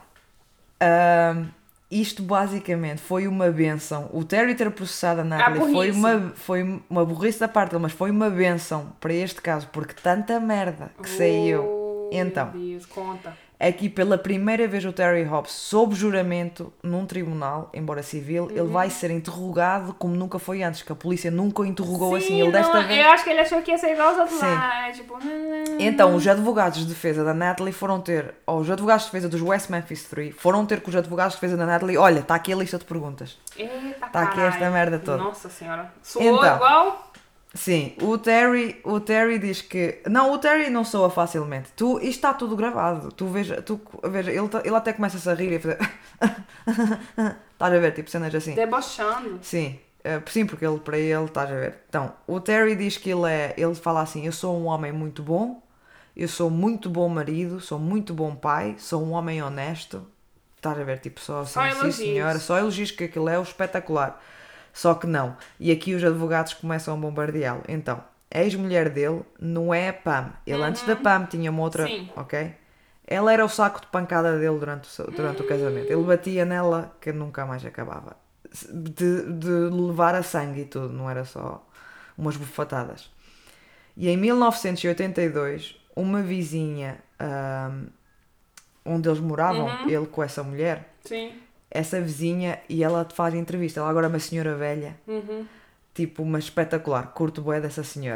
isto basicamente foi uma benção. O Terry ter processado a Natalie foi uma burrice da parte dele, mas foi uma benção para este caso, porque tanta merda que saiu. Então, meu Deus, conta. aqui pela primeira vez o Terry Hobbs, sob juramento num tribunal, embora civil, ele vai ser interrogado como nunca foi antes, que a polícia nunca o interrogou assim. Ele desta vez... Eu acho que ele achou que ia ser igual aos outros lá. Tipo... Então, os advogados de defesa da Natalie foram ter, ou os advogados de defesa dos West Memphis 3, foram ter com os advogados de defesa da Natalie, olha, está aqui a lista de perguntas. Eita, está aqui esta merda toda. Nossa senhora. Soou então, igual? Sim, o Terry diz que... Não, o Terry não soa facilmente. Isto está tudo gravado. Tu veja ele até começa a rir e a fazer... Estás a ver, tipo cenas assim. Debochando. Sim, sim, porque para ele, estás a ver. Então, o Terry diz que ele fala assim, eu sou um homem muito bom, eu sou muito bom marido, sou muito bom pai, sou um homem honesto. Estás a ver, tipo, só assim, sim senhora, só elogios que aquilo é o espetacular. Só que não. E aqui os advogados começam a bombardeá-lo. Então, a ex-mulher dele não é a Pam. Ele antes da Pam tinha uma outra... Sim. Ok? Ela era o saco de pancada dele durante o casamento. Ele batia nela que nunca mais acabava. De levar a sangue e tudo. Não era só umas bufatadas. E em 1982, uma vizinha onde eles moravam, ele com essa mulher... Sim. Essa vizinha, e ela te faz entrevista. Ela agora é uma senhora velha. Tipo, uma espetacular. Curto bué dessa senhora.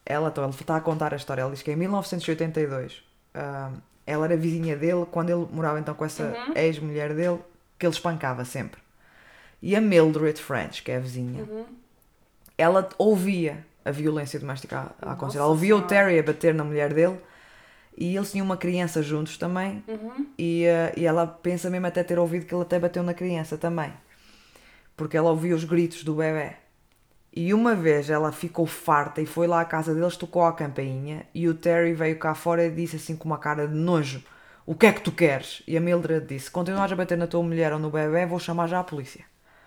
Ela está a contar a história. Ela diz que em 1982 ela era vizinha dele quando ele morava então com essa ex-mulher dele, que ele espancava sempre. E a Mildred French, que é a vizinha, ela ouvia a violência doméstica a acontecer. Ela ouvia o Terry a bater na mulher dele e eles tinham uma criança juntos também. E ela pensa mesmo até ter ouvido que ele até bateu na criança também. Porque ela ouvia os gritos do bebê. E uma vez ela ficou farta e foi lá à casa deles, tocou a campainha e o Terry veio cá fora e disse assim com uma cara de nojo: o que é que tu queres? E a Mildred disse: continuas a bater na tua mulher ou no bebê, vou chamar já a polícia.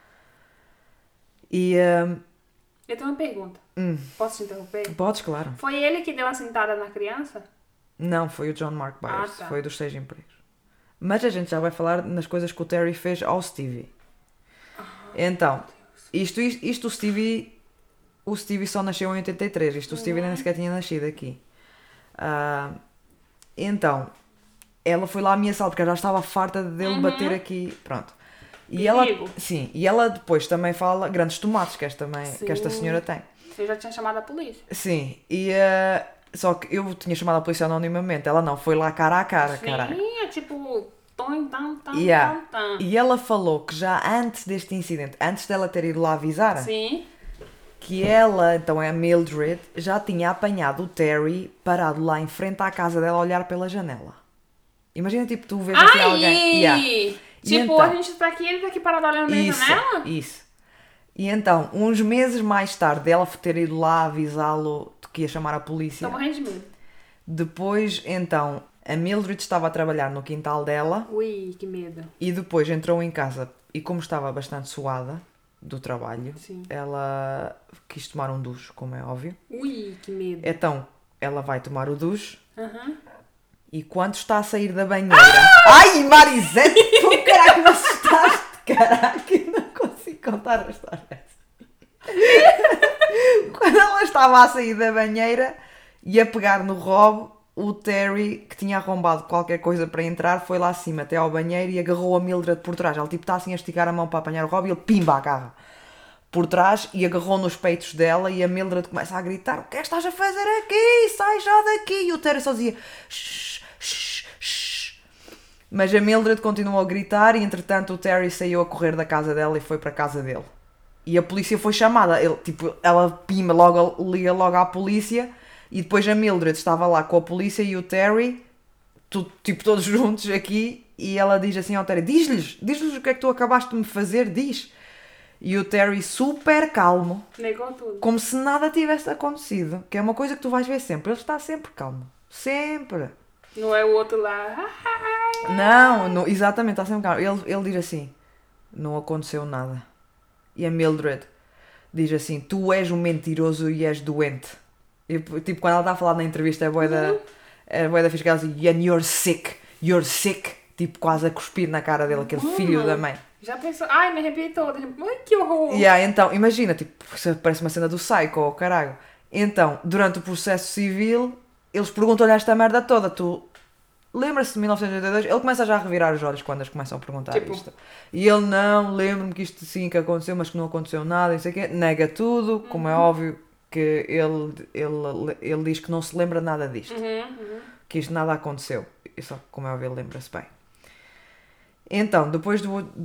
E... eu tenho uma pergunta. Posso te interromper? Podes, claro. Foi ele que deu a cintada na criança? Não, foi o John Mark Byers. Tá. Foi dos 6 empregos. Mas a gente já vai falar nas coisas que o Terry fez ao Stevie. Então, isto o Stevie só nasceu em 83. O Stevie nem sequer tinha nascido aqui. Então, ela foi lá ameaçá-lo porque ela já estava farta dele bater aqui. Pronto. E ela depois também fala grandes tomates que esta senhora tem. Eu já tinha chamado a polícia. Sim, só que eu tinha chamado a polícia anonimamente. Ela não, foi lá cara a cara, caralho. Sim, é tipo... E ela falou que já antes deste incidente, antes dela ter ido lá avisar, que ela, então é a Mildred, já tinha apanhado o Terry parado lá em frente à casa dela a olhar pela janela. Imagina, tipo, tu vês assim alguém... Tipo, então, a gente está aqui, ele tá aqui parado olhando na janela? Isso. E então, uns meses mais tarde, ela ter ido lá avisá-lo de que ia chamar a polícia. Tô morrendo de medo. Depois, então, a Mildred estava a trabalhar no quintal dela. Ui, que medo. E depois entrou em casa e como estava bastante suada do trabalho, ela quis tomar um duche, como é óbvio. Ui, que medo. Então, ela vai tomar o duche. E quando está a sair da banheira... Ai, Marisete! Tu, caraca, me assustaste, caraca! Não consigo contar a história. Quando ela estava a sair da banheira e a pegar no Rob, o Terry, que tinha arrombado qualquer coisa para entrar, foi lá acima até ao banheiro e agarrou a Mildred por trás. Ela tipo está assim a esticar a mão para apanhar o Rob e ele pimba agarra por trás e agarrou nos peitos dela e a Mildred começa a gritar: o que é que estás a fazer aqui? Sai já daqui! E o Terry só dizia: shh, shh, shh. Mas a Mildred continuou a gritar e entretanto o Terry saiu a correr da casa dela e foi para a casa dele. E a polícia foi chamada. Ela pima liga logo à polícia e depois a Mildred estava lá com a polícia e o Terry, todos juntos aqui, e ela diz assim ao Terry: diz-lhes o que é que tu acabaste de me fazer, diz. E o Terry super calmo, negou tudo, como se nada tivesse acontecido, que é uma coisa que tu vais ver sempre. Ele está sempre calmo, sempre. Não é o outro lá. Não, exatamente, está sempre calmo. Ele diz assim: não aconteceu nada. E a Mildred diz assim: tu és um mentiroso e és doente. E, tipo, quando ela está a falar na entrevista, é bué da fiscal assim: and you're sick. Tipo, quase a cuspir na cara dele, aquele filho da mãe. Já pensou? Ai, me arrepiei toda. Ai, que horror. Então, imagina, tipo, parece uma cena do Psycho, caralho. Então, durante o processo civil, eles perguntam-lhe esta merda toda. Tu lembra-se de 1982? Ele começa já a revirar os olhos quando eles começam a perguntar isto. E ele: não, lembro-me que isto sim que aconteceu, mas que não aconteceu nada, não sei o quê. Nega tudo, como é óbvio que ele diz que não se lembra nada disto. Que isto nada aconteceu. Só que, como é óbvio, ele lembra-se bem. Então, depois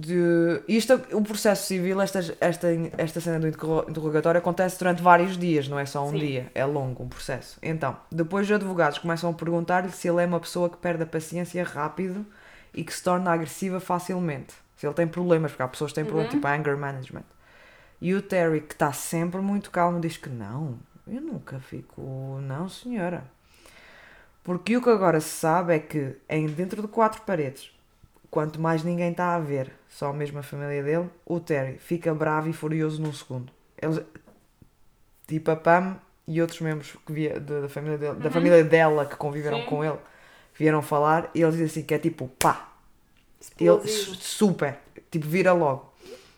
o processo civil, esta cena do interrogatório acontece durante vários dias, não é só um dia, é longo um processo. Então, depois os advogados começam a perguntar-lhe se ele é uma pessoa que perde a paciência rápido e que se torna agressiva facilmente. Se ele tem problemas, porque há pessoas que têm problemas, tipo anger management. E o Terry, que está sempre muito calmo, diz que não, eu nunca fico, não senhora. Porque o que agora se sabe é que, dentro de 4 paredes, quanto mais ninguém está a ver, só mesmo a família dele, o Terry fica bravo e furioso num segundo. Eles, tipo a Pam e outros membros da família dele, da família dela que conviveram com ele, vieram falar e eles dizem assim que é tipo pá. Ele super, tipo vira logo.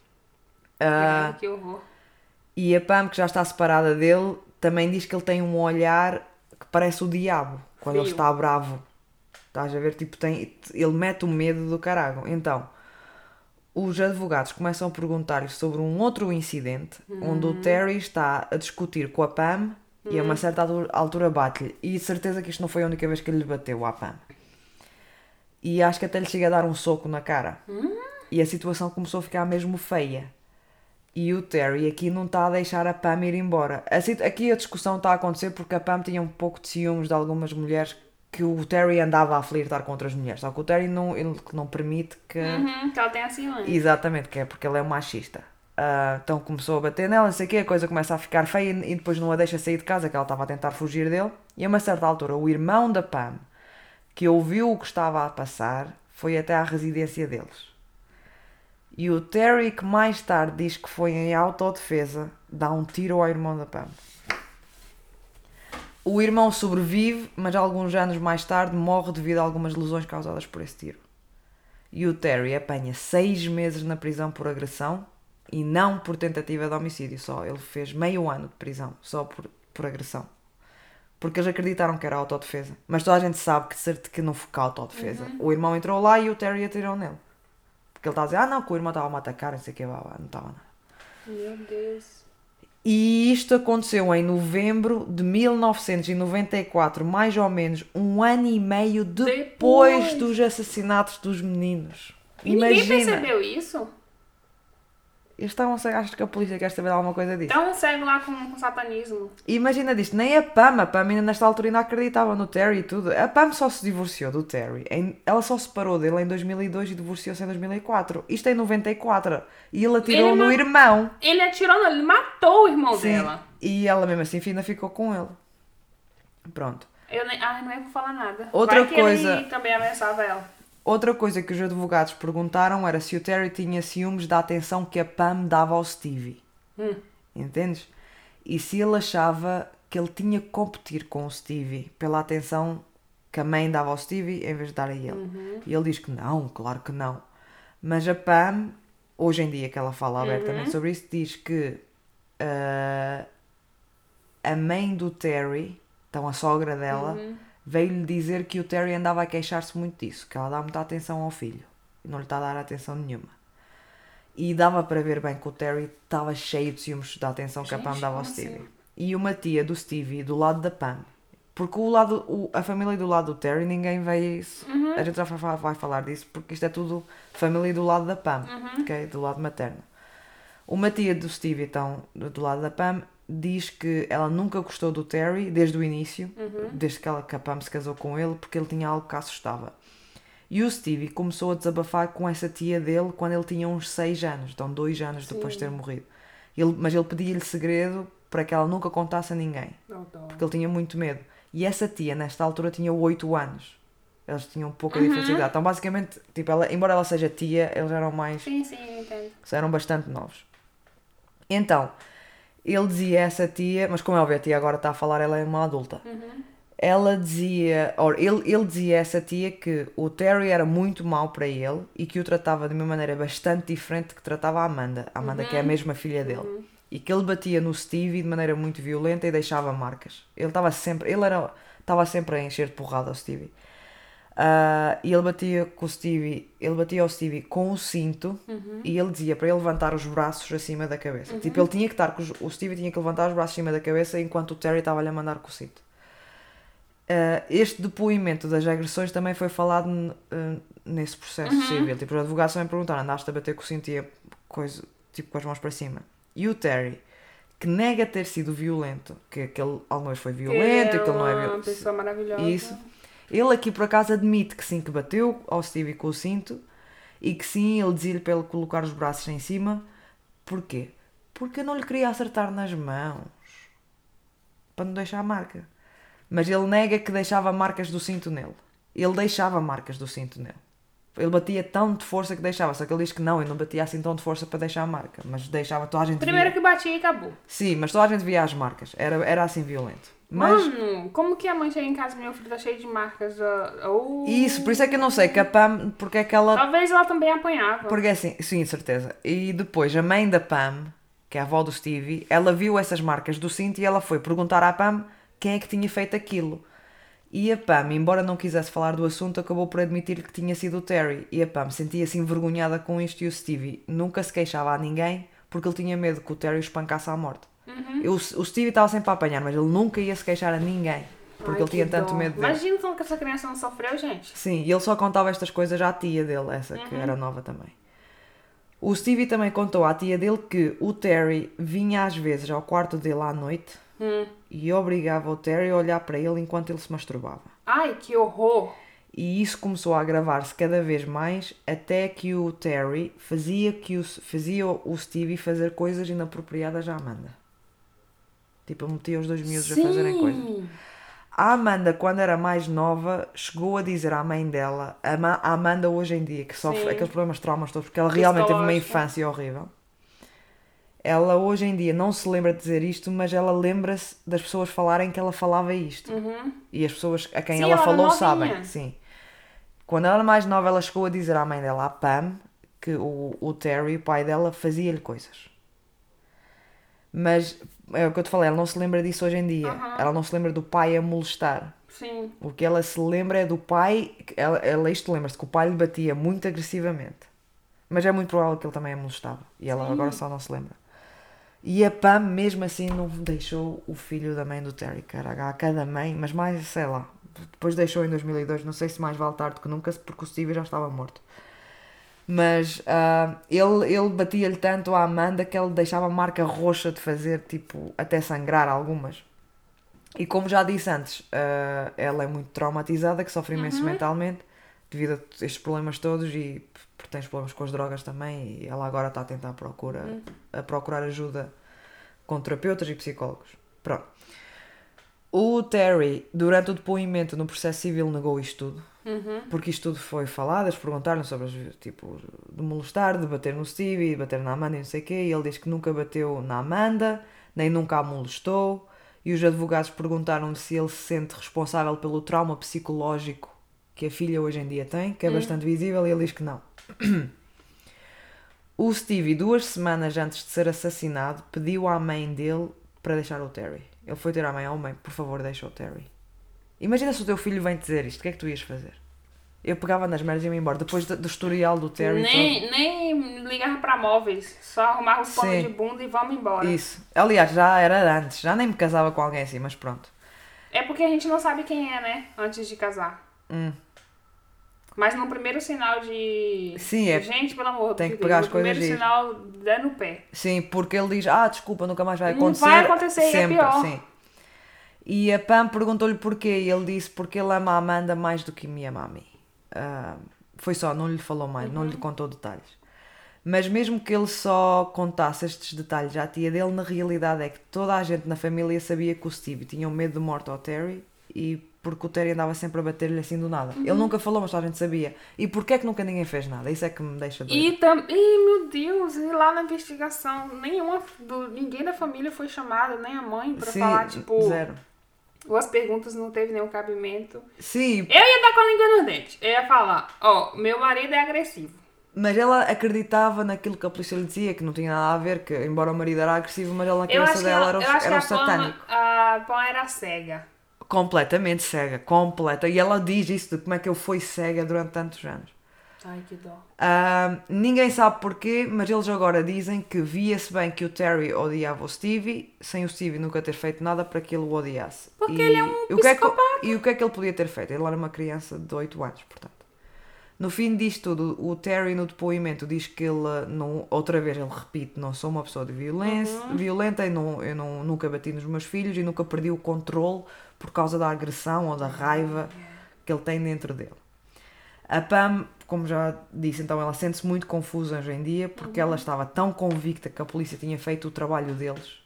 Que horror. E a Pam, que já está separada dele, também diz que ele tem um olhar que parece o diabo quando ele está bravo. Estás a ver? Tipo, ele mete o medo do caralho. Então, os advogados começam a perguntar-lhe sobre um outro incidente onde o Terry está a discutir com a Pam E a uma certa altura bate-lhe. E de certeza que isto não foi a única vez que ele lhe bateu à Pam. E acho que até lhe chega a dar um soco na cara. E a situação começou a ficar mesmo feia. E o Terry aqui não está a deixar a Pam ir embora. Aqui a discussão está a acontecer porque a Pam tinha um pouco de ciúmes de algumas mulheres que o Terry andava a flirtar com outras mulheres. Só que o Terry ele não permite que... que ela tenha ciúmes. Exatamente, que é porque ele é um machista. Então começou a bater nela, não sei o quê, a coisa começa a ficar feia e depois não a deixa sair de casa, que ela estava a tentar fugir dele. E a uma certa altura, o irmão da Pam, que ouviu o que estava a passar, foi até à residência deles. E o Terry, que mais tarde diz que foi em autodefesa, dá um tiro ao irmão da Pam. O irmão sobrevive, mas alguns anos mais tarde morre devido a algumas lesões causadas por esse tiro. E o Terry apanha 6 meses na prisão por agressão e não por tentativa de homicídio só. Ele fez meio ano de prisão só por agressão. Porque eles acreditaram que era autodefesa. Mas toda a gente sabe que não foi autodefesa. O irmão entrou lá e o Terry atirou nele. Porque ele está a dizer, não, que o irmão estava a me atacar, não sei o que, não estava nada. Meu Deus. E isto aconteceu em novembro de 1994, mais ou menos um ano e meio depois dos assassinatos dos meninos. E ninguém percebeu isso? Eles estavam cegos, acho que a polícia quer saber alguma coisa disso. Estavam cegos lá com satanismo. Imagina disto, nem a Pam ainda nesta altura ainda acreditava no Terry e tudo. A Pam só se divorciou do Terry. Ela só se separou dele em 2002 e divorciou-se em 2004. Isto é em 94. E ele atirou no irmão. Ele atirou, não, ele matou o irmão dela. E ela mesmo assim ainda ficou com ele. Pronto. Não é vou falar nada. Outra Vai que coisa... ele também ameaçava ela. Outra coisa que os advogados perguntaram era se o Terry tinha ciúmes da atenção que a Pam dava ao Stevie. Entendes? E se ele achava que ele tinha que competir com o Stevie pela atenção que a mãe dava ao Stevie em vez de dar a ele. E ele diz que não, claro que não. Mas a Pam, hoje em dia que ela fala abertamente sobre isso, diz que a mãe do Terry, então a sogra dela... veio-lhe dizer que o Terry andava a queixar-se muito disso, que ela dá muita atenção ao filho e não lhe está a dar atenção nenhuma. E dava para ver bem que o Terry estava cheio de ciúmes da atenção que a Pam dava ao Stevie. Assim? E uma tia do Stevie do lado da Pam, porque a família do lado do Terry ninguém vê isso. A gente já vai falar disso porque isto é tudo família do lado da Pam, okay? Do lado materno. Uma tia do Stevie, então, do lado da Pam, diz que ela nunca gostou do Terry desde o início, desde que a Pam se casou com ele, porque ele tinha algo que a assustava. E o Stevie começou a desabafar com essa tia dele quando ele tinha uns 6 anos, então 2 anos depois de ter morrido. Mas ele pedia-lhe segredo para que ela nunca contasse a ninguém, porque ele tinha muito medo. E essa tia, nesta altura, tinha 8 anos. Eles tinham pouca diferença de idade. Então, basicamente, tipo, embora ela seja tia, eles eram mais... Sim, entendo. Eram bastante novos. Então... ele dizia a essa tia, mas como é óbvio, a tia agora está a falar, ela é uma adulta. Ela dizia, ele dizia a essa tia que o Terry era muito mau para ele e que o tratava de uma maneira bastante diferente que tratava a Amanda. A Amanda, que é a mesma filha dele. E que ele batia no Stevie de maneira muito violenta e deixava marcas. Ele estava sempre a encher de porrada ao Stevie. E ele batia ao Stevie com o cinto e ele dizia para ele levantar os braços acima da cabeça. Tipo, ele tinha que estar o Stevie tinha que levantar os braços acima da cabeça enquanto o Terry estava-lhe a mandar com o cinto. Este depoimento das agressões também foi falado nesse processo civil. Tipo, os advogados também perguntaram, andaste a bater com o cinto e tipo, com as mãos para cima. E o Terry, que nega ter sido violento, que ele alguma vez foi violento, que ele não é violento. Uma pessoa maravilhosa. Isso. Ele aqui por acaso admite que sim, que bateu ao Stevie com o cinto e que sim, ele dizia-lhe para ele colocar os braços em cima. Porquê? Porque eu não lhe queria acertar nas mãos. Para não deixar a marca. Mas ele nega que deixava marcas do cinto nele. Ele deixava marcas do cinto nele. Ele batia tão de força que deixava. Só que ele diz que não, ele não batia assim tão de força para deixar a marca. Mas deixava, toda a gente Primeiro via. que batia e acabou. Sim, mas toda a gente via as marcas. Era assim violento. Mas... mano, como que a mãe chega em casa e meu filho tá cheio de marcas? Isso, por isso é que eu não sei que a Pam, porque é que ela... Talvez ela também apanhava. Porque assim, sim, certeza. E depois a mãe da Pam, que é a avó do Stevie, ela viu essas marcas do cinto e ela foi perguntar à Pam quem é que tinha feito aquilo. E a Pam, embora não quisesse falar do assunto, acabou por admitir que tinha sido o Terry. E a Pam sentia-se envergonhada com isto e o Stevie nunca se queixava a ninguém porque ele tinha medo que o Terry o espancasse à morte. O Stevie estava sempre a apanhar, mas ele nunca ia se queixar a ninguém. Porque ele tinha tanto medo dele. Imagina como que essa criança não sofreu, gente. Sim, e ele só contava estas coisas à tia dele, essa que era nova também. O Stevie também contou à tia dele que o Terry vinha às vezes ao quarto dele à noite e obrigava o Terry a olhar para ele enquanto ele se masturbava. Ai, que horror! E isso começou a agravar-se cada vez mais até que o Terry fazia o Stevie fazer coisas inapropriadas à Amanda. Tipo, metia os dois miúdos a fazerem coisas. A Amanda, quando era mais nova, chegou a dizer à mãe dela, a Amanda hoje em dia, que sofre aqueles problemas, traumas todos, porque ela realmente teve uma infância horrível. Ela hoje em dia não se lembra de dizer isto, mas ela lembra-se das pessoas falarem que ela falava isto. E as pessoas a quem ela falou sabem. Sim. Quando ela era mais nova, ela chegou a dizer à mãe dela, a Pam, que o Terry, o pai dela, fazia-lhe coisas. Mas é o que eu te falei, ela não se lembra disso hoje em dia. Ela não se lembra do pai a molestar. Sim. O que ela se lembra é do pai. Ela isto lembra-se que o pai lhe batia muito agressivamente. Mas é muito provável que ele também a molestava. E ela agora só não se lembra. E a Pam, mesmo assim, não deixou o filho da mãe do Terry. Cara, a cada mãe, mas mais, sei lá. Depois deixou em 2002. Não sei se mais vale tarde que nunca, porque o Stevie já estava morto. Mas ele batia-lhe tanto à Amanda que ele deixava marca roxa de fazer, tipo, até sangrar algumas. E como já disse antes, ela é muito traumatizada, que sofre imenso mentalmente, devido a estes problemas todos, e porque tem problemas com as drogas também, e ela agora está a tentar procurar ajuda com terapeutas e psicólogos. Pronto. O Terry, durante o depoimento no processo civil, negou isto tudo. Porque isto tudo foi falado, eles perguntaram sobre, tipo, de molestar, de bater no Stevie, de bater na Amanda e não sei o quê, e ele diz que nunca bateu na Amanda, nem nunca a molestou, e os advogados perguntaram-lhe se ele se sente responsável pelo trauma psicológico que a filha hoje em dia tem, que é bastante visível, e ele diz que não. O Stevie, 2 semanas antes de ser assassinado, pediu à mãe dele para deixar o Terry. Ele foi ter à mãe, mãe, por favor, deixa o Terry. Imagina se o teu filho vem dizer isto, o que é que tu ias fazer? Eu pegava nas merdas e ia-me embora. Depois do historial do Terry... Nem ligava para móveis. Só arrumava os panos de bunda e vamos embora. Isso. Aliás, já era antes. Já nem me casava com alguém assim, mas pronto. É porque a gente não sabe quem é, né? Antes de casar. Mas no primeiro sinal de... Sim, gente, pelo amor de Deus. Tem que pegar as coisas no primeiro sinal, dá no pé. Sim, porque ele diz, desculpa, nunca mais vai acontecer. Não vai acontecer, sempre, é pior. Sim. E a Pam perguntou-lhe porquê, e ele disse porque ele ama a Amanda mais do que me ama a mim. Foi só, não lhe falou mais, não lhe contou detalhes. Mas mesmo que ele só contasse estes detalhes à tia dele, na realidade é que toda a gente na família sabia que o Steve tinha um medo de morte ao Terry, e porque o Terry andava sempre a bater-lhe assim do nada. Ele nunca falou, mas toda a gente sabia. E porquê é que nunca ninguém fez nada? Isso é que me deixa doido. Meu Deus, e lá na investigação, ninguém da família foi chamado, nem a mãe, pra falar, tipo... Zero. Ou as perguntas não teve nenhum cabimento. Sim. Eu ia dar com a língua no dente. Eu ia falar, meu marido é agressivo. Mas ela acreditava naquilo que a polícia lhe dizia, que não tinha nada a ver, que embora o marido era agressivo, mas ela na cabeça dela era o satânico. A Pam era cega. Completamente cega, completa. E ela diz isso de como é que eu fui cega durante tantos anos. Ai, que dó. Ninguém sabe porquê, mas eles agora dizem que via-se bem que o Terry odiava o Stevie, sem o Stevie nunca ter feito nada para que ele o odiasse. Porque ele é um psicopata. E o que é que ele podia ter feito? Ele era uma criança de 8 anos, portanto. No fim disto tudo, o Terry no depoimento diz que ele, outra vez ele repite, não sou uma pessoa de violenta, eu nunca bati nos meus filhos e nunca perdi o controle por causa da agressão ou da raiva que ele tem dentro dele. A Pam, como já disse, então ela sente-se muito confusa hoje em dia porque ela estava tão convicta que a polícia tinha feito o trabalho deles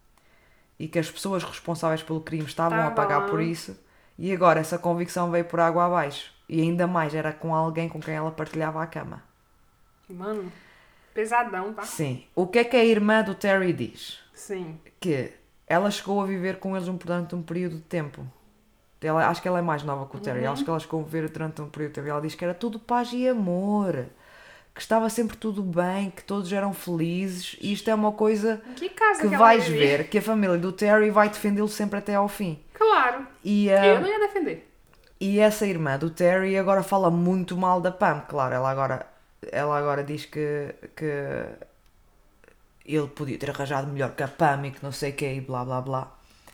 e que as pessoas responsáveis pelo crime estavam a pagar por isso, e agora essa convicção veio por água abaixo, e ainda mais era com alguém com quem ela partilhava a cama. Mano, pesadão, tá? Sim. O que é que a irmã do Terry diz? Sim. Que ela chegou a viver com eles durante um período de tempo. Acho que ela é mais nova que o Terry. Acho que ela chegou a viver durante um período de tempo. Ela diz que era tudo paz e amor, que estava sempre tudo bem, que todos eram felizes. E isto é uma coisa que vais ver, que a família do Terry vai defendê-lo sempre até ao fim. Claro. Eu não ia defender. E essa irmã do Terry agora fala muito mal da Pam. Claro, ela agora diz que ele podia ter arranjado melhor que a Pam e que não sei o que e blá blá blá.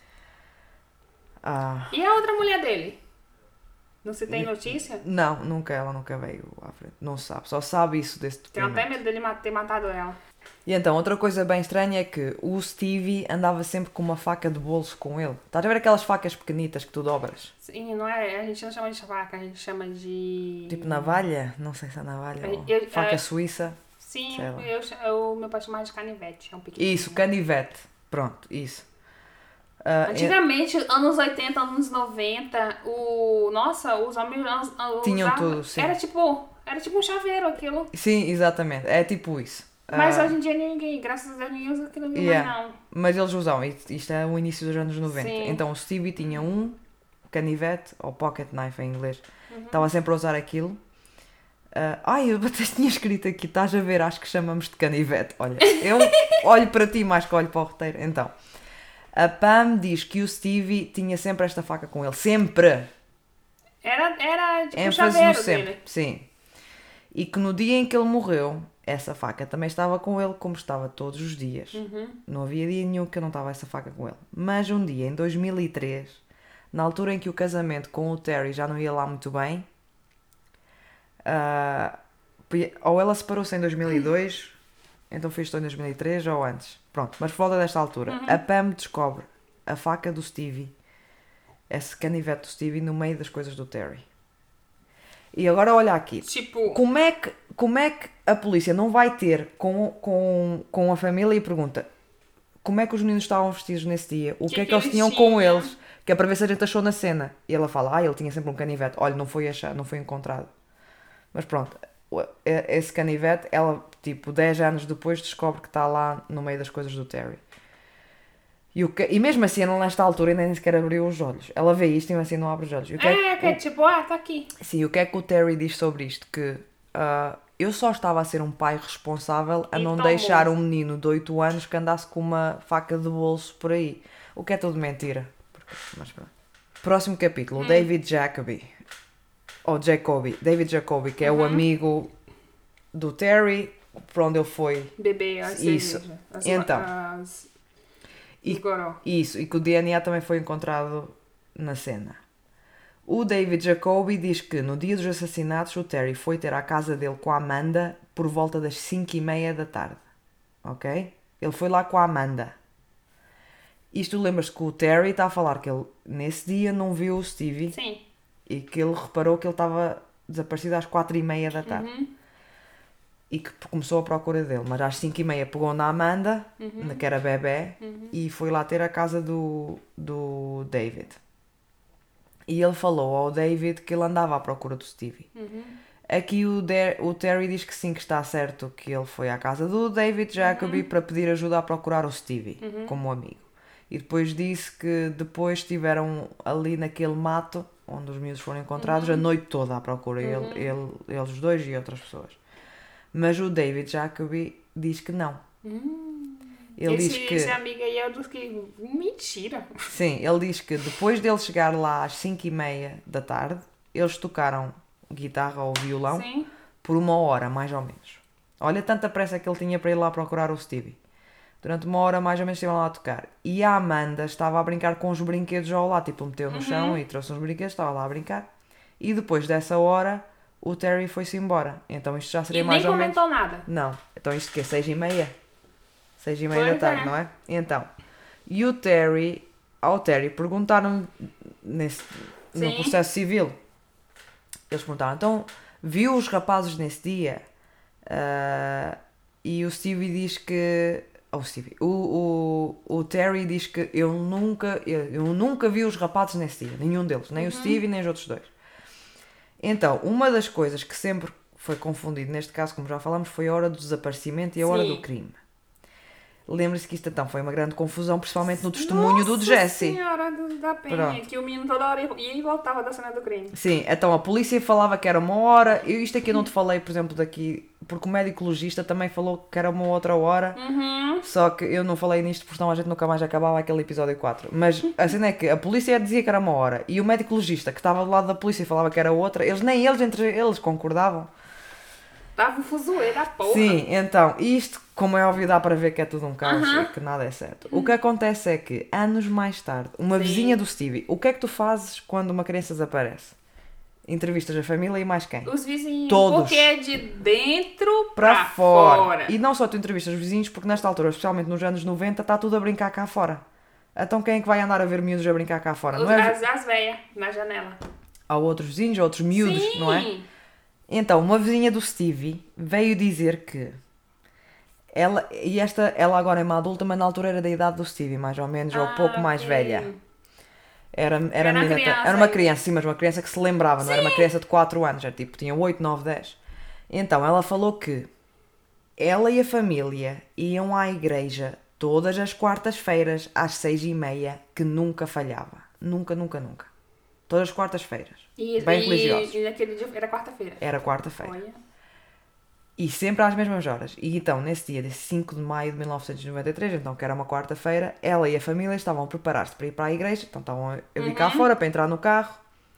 E a outra mulher dele? Não se tem notícia? Não, ela nunca veio à frente. Não sabe, só sabe isso desse Tenho depoimento. até medo dele ter matado ela. E então, outra coisa bem estranha é que o Stevie andava sempre com uma faca de bolso com ele. Estás a ver aquelas facas pequenitas que tu dobras? Sim, não é? A gente não chama de faca, a gente chama de... Tipo navalha? Não sei se é navalha ou faca suíça. Sim, o meu pai chamava de canivete. É um pequeno. Isso, canivete. Pronto, isso. Antigamente, anos 80, anos 90, os homens tinham tudo, sim. Era tipo um chaveiro aquilo. Sim, exatamente. É tipo isso. Mas hoje em dia ninguém, graças a Deus, ninguém usa aquilo mais não. Mas eles usavam, isto é o início dos anos 90. Sim. Então o Stevie tinha um canivete, ou pocket knife em inglês. Estava sempre a usar aquilo. Eu até tinha escrito aqui, estás a ver, acho que chamamos de canivete. Olha, eu olho para ti mais que olho para o roteiro. Então, a Pam diz que o Stevie tinha sempre esta faca com ele. Sempre! Era tipo um ênfase chaveiro no sempre, dele. sim. E que no dia em que ele morreu, essa faca também estava com ele, como estava todos os dias. Não havia dia nenhum que eu não estava essa faca com ele. Mas um dia, em 2003, na altura em que o casamento com o Terry já não ia lá muito bem, ou ela separou-se em 2002, então fez isto em 2003 ou antes. Pronto, mas por volta desta altura, a Pam descobre a faca do Stevie, esse canivete do Stevie, no meio das coisas do Terry. E agora olha aqui, Tipo, como é que a polícia não vai ter com a família e pergunta como é que os meninos estavam vestidos nesse dia, o que é que eles tinham com eles, que é para ver se a gente achou na cena. E ela fala, ele tinha sempre um canivete, olha, não foi encontrado. Mas pronto, esse canivete, ela, tipo, 10 anos depois descobre que está lá no meio das coisas do Terry. E mesmo assim, ela nesta altura ainda nem sequer abriu os olhos. Ela vê isto e assim não abre os olhos. tipo, tá aqui. Sim, o que é que o Terry diz sobre isto? Que eu só estava a ser um pai responsável a não deixar um menino de 8 anos que andasse com uma faca de bolso por aí. O que é tudo mentira. Mas pronto. Próximo capítulo, David Jacoby. David Jacoby, que é o amigo do Terry, para onde ele foi. Bebê, isso. Então. Isso, e que o DNA também foi encontrado na cena. O David Jacoby diz que no dia dos assassinatos o Terry foi ter à casa dele com a Amanda por volta das 5:30 da tarde. Ok? Ele foi lá com a Amanda. Isto lembras-te que o Terry está a falar que ele nesse dia não viu o Stevie. Sim. E que ele reparou que ele estava desaparecido às 4:30 da tarde. E que começou a procura dele. Mas às 5:30 pegou na Amanda, que era bebé, e foi lá ter a casa do David. E ele falou ao David que ele andava à procura do Stevie. Aqui o Terry diz que sim, que está certo que ele foi à casa do David Jacoby para pedir ajuda a procurar o Stevie, como amigo. E depois disse que depois estiveram ali naquele mato, onde os miúdos foram encontrados, a noite toda à procura. Eles os dois e outras pessoas. Mas o David Jacoby diz que não. Ele diz que... Esse amigo aí é dos que... Mentira! Sim, ele diz que depois dele chegar lá às 5:30 da tarde, eles tocaram guitarra ou violão por 1 hora, mais ou menos. Olha tanta pressa que ele tinha para ir lá procurar o Stevie. Durante 1 hora, mais ou menos, estiveram lá a tocar. E a Amanda estava a brincar com os brinquedos ao lado. Tipo, meteu no chão e trouxe uns brinquedos, estava lá a brincar. E depois dessa hora... o Terry foi-se embora. Então isto já seria mais ou menos... E nem comentou nada. Não. Então isto que é 6:30? 6:30 da tarde, não é? Então, e o Terry... Ao Terry perguntaram no processo civil. Eles perguntaram, então, viu os rapazes nesse dia? E o Stevie diz que... O Terry diz que eu nunca vi os rapazes nesse dia. Nenhum deles. Nem o Stevie, nem os outros dois. Então, uma das coisas que sempre foi confundido, neste caso, como já falamos, foi a hora do desaparecimento e a hora do crime. Lembra-se que isto então foi uma grande confusão, principalmente no testemunho do Jesse. Senhora da Penha, que o menino toda hora ia e voltava da cena do crime. Sim, então a polícia falava que era 1 hora, isto aqui eu não te falei, por exemplo, daqui, porque o médico legista também falou que era 1 outra hora, só que eu não falei nisto porque senão a gente nunca mais acabava aquele episódio 4. Mas a cena é que a polícia dizia que era 1 hora e o médico legista que estava do lado da polícia falava que era outra, nem eles entre eles concordavam. Tava um fuzuê da porra. Sim, então, isto, como é óbvio, dá para ver que é tudo um caos e que nada é certo. O que acontece é que, anos mais tarde, uma vizinha do Stevie, o que é que tu fazes quando uma criança desaparece? Entrevistas a família e mais quem? Os vizinhos. Todos. Porque é de dentro Para pra fora. E não só tu entrevistas os vizinhos, porque nesta altura, especialmente nos anos 90, está tudo a brincar cá fora. Então quem é que vai andar a ver miúdos a brincar cá fora? Não é? As velhas, na janela. Há outros vizinhos, outros miúdos, Sim. não é? Então, uma vizinha do Stevie veio dizer que ela agora é uma adulta, mas na altura era da idade do Stevie, mais ou menos, ou pouco mais velha. Era uma criança, sim, mas uma criança que se lembrava, não era uma criança de 4 anos, era tipo, tinha 8, 9, 10. Então, ela falou que ela e a família iam à igreja todas as quartas-feiras às 6h30, que nunca falhava. Nunca, nunca, nunca. Todas as quartas-feiras. Bem religiosos. E naquele dia era quarta-feira. Era quarta-feira. Olha. E sempre às mesmas horas. E então, nesse dia de 5 de maio de 1993, então que era uma quarta-feira, ela e a família estavam a preparar-se para ir para a igreja, então estavam a vir cá fora para entrar no carro.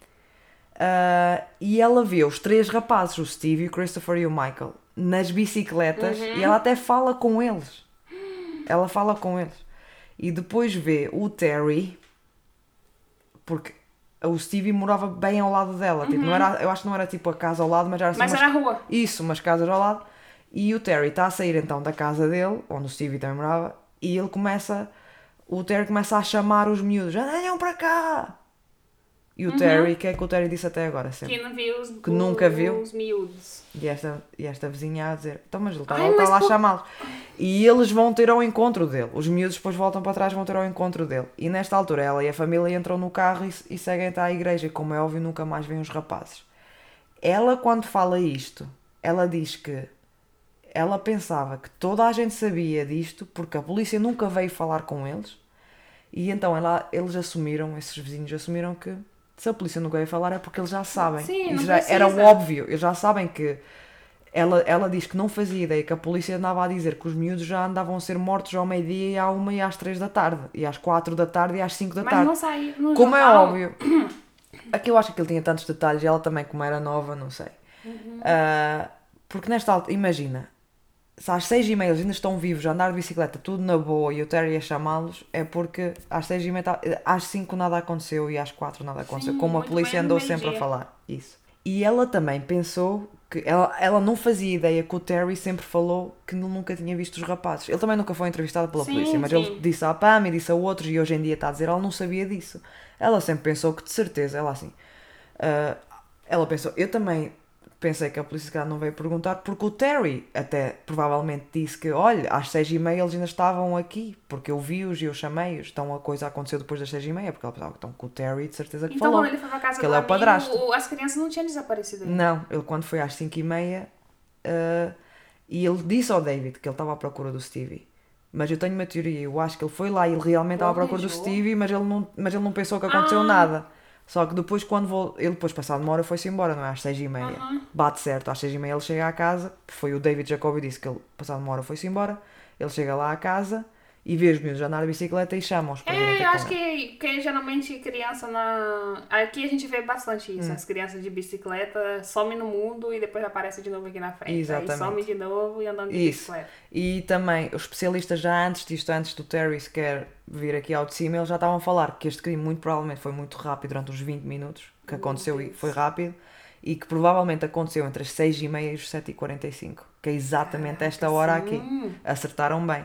E ela vê os 3 rapazes, o Steve, o Christopher e o Michael, nas bicicletas, e ela até fala com eles. Ela fala com eles. E depois vê o Terry, porque o Stevie morava bem ao lado dela. Tipo, não era, eu acho que não era tipo a casa ao lado, mas era assim. Mas era a rua. Isso, umas casas ao lado. E o Terry está a sair então da casa dele, onde o Stevie também morava, e o Terry começa a chamar os miúdos: venham para cá! E o Terry, o que é que o Terry disse até agora? Sempre? Que não viu nunca viu. Os miúdos. E esta vizinha a dizer: então, mas ele está lá a chamá-los. E eles vão ter ao encontro dele. Os miúdos depois voltam para trás e vão ter ao encontro dele. E nesta altura ela e a família entram no carro e seguem até à igreja. E como é óbvio, nunca mais vêm os rapazes. Ela, quando fala isto, ela diz que ela pensava que toda a gente sabia disto porque a polícia nunca veio falar com eles. E então esses vizinhos assumiram que se a polícia nunca veio falar é porque eles já sabem. Sim, isso já era óbvio. Eles já sabem que... Ela diz que não fazia ideia que a polícia andava a dizer que os miúdos já andavam a ser mortos ao meio-dia e à 1 e às 3 da tarde. E às 4 da tarde e às 5 da tarde. Mas não saiu no como jornal. É óbvio. Aqui eu acho que ele tinha tantos detalhes e ela também, como era nova, não sei. Porque nesta altura, imagina, se às 6h30 eles ainda estão vivos a andar de bicicleta, tudo na boa, e o Terry a chamá-los, é porque às 6h30, às 5 nada aconteceu e às 4 nada aconteceu. Sim, como a polícia andou sempre a falar. Isso. E ela também pensou que ela não fazia ideia que o Terry sempre falou que nunca tinha visto os rapazes. Ele também nunca foi entrevistado pela polícia, mas ele disse à Pam e disse a outros, e hoje em dia está a dizer, ela não sabia disso. Ela sempre pensou que, de certeza, ela pensou, eu também pensei que a polícia se calhar não veio perguntar, porque o Terry até provavelmente disse que, olha, às 6h30 eles ainda estavam aqui, porque eu vi-os e eu chamei-os, então a coisa aconteceu depois das 6h30, porque ela pensava que então, com o Terry de certeza que falou. Então quando ele foi para a casa que do ele é o padrasto. amigo, as crianças não tinham desaparecido ainda. Não, ele quando foi às 5h30, e ele disse ao David que ele estava à procura do Stevie. Mas eu tenho uma teoria, eu acho que ele foi lá e ele realmente estava à procura do Stevie, mas ele não pensou que aconteceu nada. Só que depois, ele depois, passado uma hora, foi-se embora, não é? Às 6h30. Bate certo, às 6h30 ele chega à casa, foi o David Jacoby disse que ele, passado uma hora, foi-se embora. Ele chega lá à casa e vê os miúdos andar de bicicleta e chamam-os para virem ter eu acho com ele. que geralmente criança Aqui a gente vê bastante isso, as crianças de bicicleta somem no mundo e depois aparecem de novo aqui na frente. Exatamente. Aí some de novo e andando de bicicleta. E também, os especialistas já antes do Terry sequer vir aqui ao de cima, eles já estavam a falar que este crime muito provavelmente foi muito rápido durante os 20 minutos que aconteceu e foi rápido, e que provavelmente aconteceu entre as 6h30 e os 7h45, que é exatamente esta hora aqui. Acertaram bem.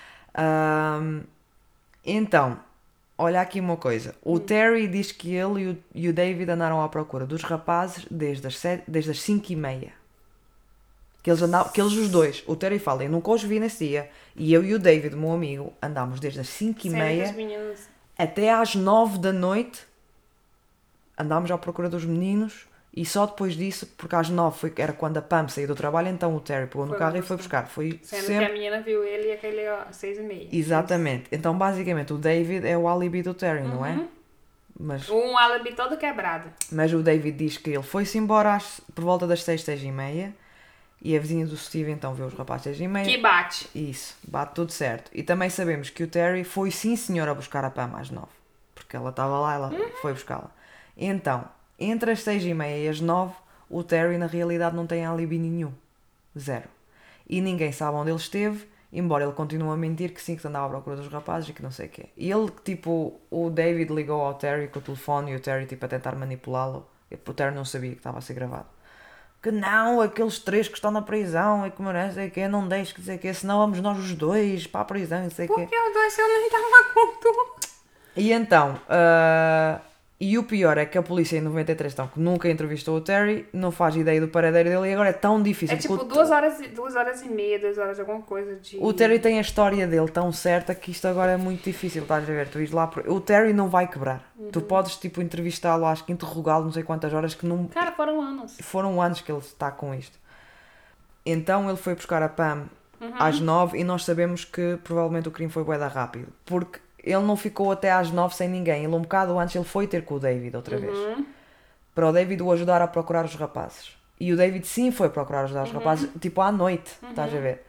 Então, olha aqui uma coisa. O Terry diz que ele e o David andaram à procura dos rapazes desde as 5h30. Que eles os dois, o Terry fala, eu nunca os vi nesse dia, e eu e o David, meu amigo, andámos desde as 5h30 até às 9 da noite, andámos à procura dos meninos, e só depois disso, porque às 9 era quando a Pam saiu do trabalho, então o Terry pegou no carro e foi buscar. Sendo que a menina viu ele e aquele às 6h30. Exatamente. Então, basicamente, o David é o alibi do Terry, não é? Mas, um álibi todo quebrado. Mas o David diz que ele foi-se embora por volta das 6h30, e a vizinha do Steve então vê os rapazes às 6h30. Que bate. Isso, bate tudo certo. E também sabemos que o Terry foi sim senhora buscar a Pam às 9. Porque ela estava lá, ela foi buscá-la. Então, entre as 6h30 e as 9, o Terry na realidade não tem alibi nenhum. Zero. E ninguém sabe onde ele esteve, embora ele continue a mentir que sim, que andava à procura dos rapazes e que não sei o quê. E ele, tipo, o David ligou ao Terry com o telefone e o Terry, tipo, a tentar manipulá-lo. E o Terry não sabia que estava a ser gravado. Que não, aqueles 3 que estão na prisão e que não sei o quê, não deixes que dizer que senão vamos nós os 2 para a prisão e não sei o quê. Porque os 2 eu nem estava com tudo. E então, e o pior é que a polícia em 93, então, que nunca entrevistou o Terry, não faz ideia do paradeiro dele e agora é tão difícil. É tipo 2 horas e meia, 2 horas de alguma coisa de... O Terry tem a história dele tão certa que isto agora é muito difícil, estás a ver? Tu ires lá o Terry não vai quebrar. Tu podes, tipo, entrevistá-lo, acho que interrogá-lo não sei quantas horas que não... Cara, foram anos. Foram anos que ele está com isto. Então ele foi buscar a Pam às 9 e nós sabemos que provavelmente o crime foi bué da rápido. Porque ele não ficou até às 9 sem ninguém. Ele um bocado antes ele foi ter com o David outra vez. Para o David o ajudar a procurar os rapazes. E o David sim foi procurar ajudar os rapazes, tipo à noite, estás a ver?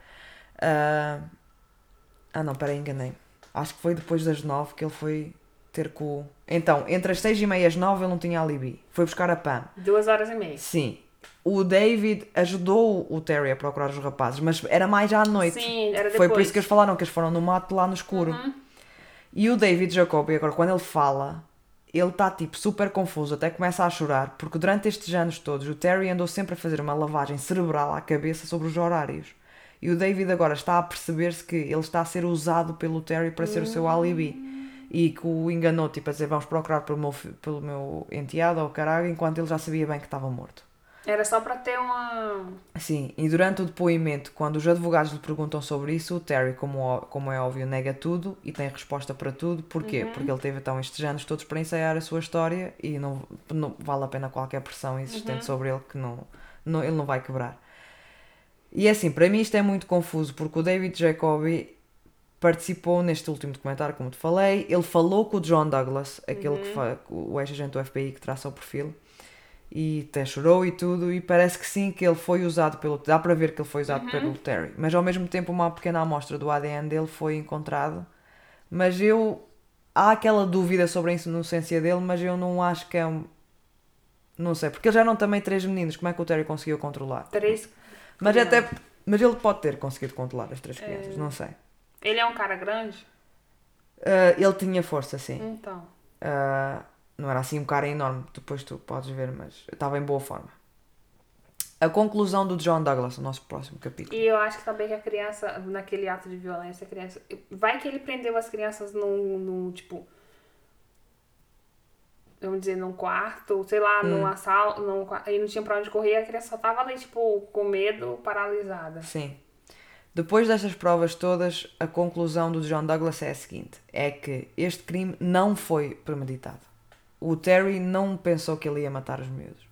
Não, peraí, enganei. Acho que foi depois das 9 que ele foi ter com o... Então, entre as 6h30 e as 9 ele não tinha alibi. Foi buscar a Pam. 2 horas e meia. Sim. O David ajudou o Terry a procurar os rapazes, mas era mais à noite. Sim, era depois. Foi por isso que eles falaram que eles foram no mato lá no escuro. E o David Jacoby, agora, quando ele fala, ele está tipo super confuso, até começa a chorar, porque durante estes anos todos o Terry andou sempre a fazer uma lavagem cerebral à cabeça sobre os horários. E o David agora está a perceber-se que ele está a ser usado pelo Terry para ser o seu alibi. E que o enganou, tipo, a dizer vamos procurar pelo meu enteado ou caralho, enquanto ele já sabia bem que estava morto. Era só para ter uma... Sim, e durante o depoimento, quando os advogados lhe perguntam sobre isso, o Terry, como é óbvio, nega tudo e tem resposta para tudo. Porquê? Porque ele teve então estes anos todos para ensaiar a sua história e não vale a pena qualquer pressão existente sobre ele, que ele não vai quebrar. E assim, para mim isto é muito confuso, porque o David Jacoby participou neste último documentário, como te falei. Ele falou com o John Douglas, aquele o ex-agente do FBI que traça o perfil. E até chorou e tudo, e parece que sim, que ele foi usado dá para ver que ele foi usado pelo Terry, mas ao mesmo tempo uma pequena amostra do ADN dele foi encontrado, mas há aquela dúvida sobre a inocência dele, mas eu não acho que é não sei, porque eles já eram também 3 meninos, como é que o Terry conseguiu controlar? 3 mas ele pode ter conseguido controlar as 3 crianças, não sei. Ele é um cara grande? Ele tinha força, sim. Então... Não era assim um cara enorme, depois tu podes ver, mas estava em boa forma. A conclusão do John Douglas, o nosso próximo capítulo. E eu acho que também que a criança, naquele ato de violência, a criança... Vai que ele prendeu as crianças num tipo... Vamos dizer, num quarto, sei lá, numa sala, aí não tinha pra onde correr, a criança só tava ali, tipo, com medo, paralisada. Sim. Depois destas provas todas, a conclusão do John Douglas é a seguinte, é que este crime não foi premeditado. O Terry não pensou que ele ia matar os miúdos.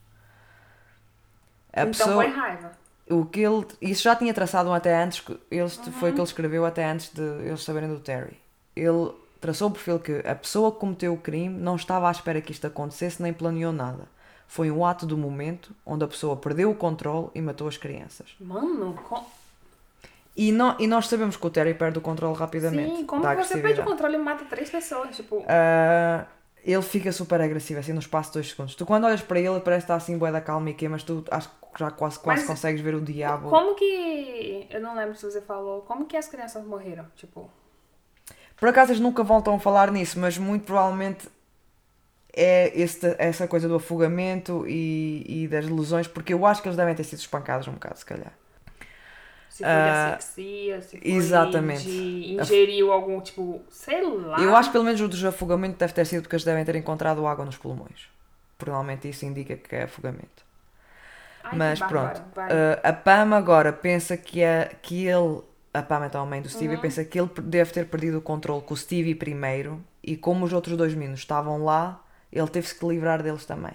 Foi raiva. Isso já tinha traçado até antes, foi o que ele escreveu até antes de eles saberem do Terry. Ele traçou o perfil que a pessoa que cometeu o crime não estava à espera que isto acontecesse nem planeou nada. Foi um ato do momento onde a pessoa perdeu o controle e matou as crianças. Mano, E nós sabemos que o Terry perde o controle rapidamente. Sim, como que você perde o controle e mata 3 pessoas? Tipo... Ele fica super agressivo, assim, no espaço de 2 segundos. Tu quando olhas para ele, parece estar assim, bué da calma e quê, mas tu acho que já quase consegues ver o diabo. Como que... Eu não lembro se você falou. Como que as crianças morreram? Tipo... Por acaso eles nunca voltam a falar nisso, mas muito provavelmente é essa coisa do afogamento e das lesões, porque eu acho que eles devem ter sido espancados um bocado, se calhar. Se foi de asfixia, se foi exatamente. de ingeriu algum tipo, sei lá. Eu acho que pelo menos o do afogamento deve ter sido porque eles devem ter encontrado água nos pulmões. Provavelmente isso indica que é afogamento. Ai, mas pronto, a Pam agora pensa que a Pam então a mãe do Stevie, pensa que ele deve ter perdido o controle com o Stevie primeiro e como os outros 2 meninos estavam lá, ele teve-se que livrar deles também.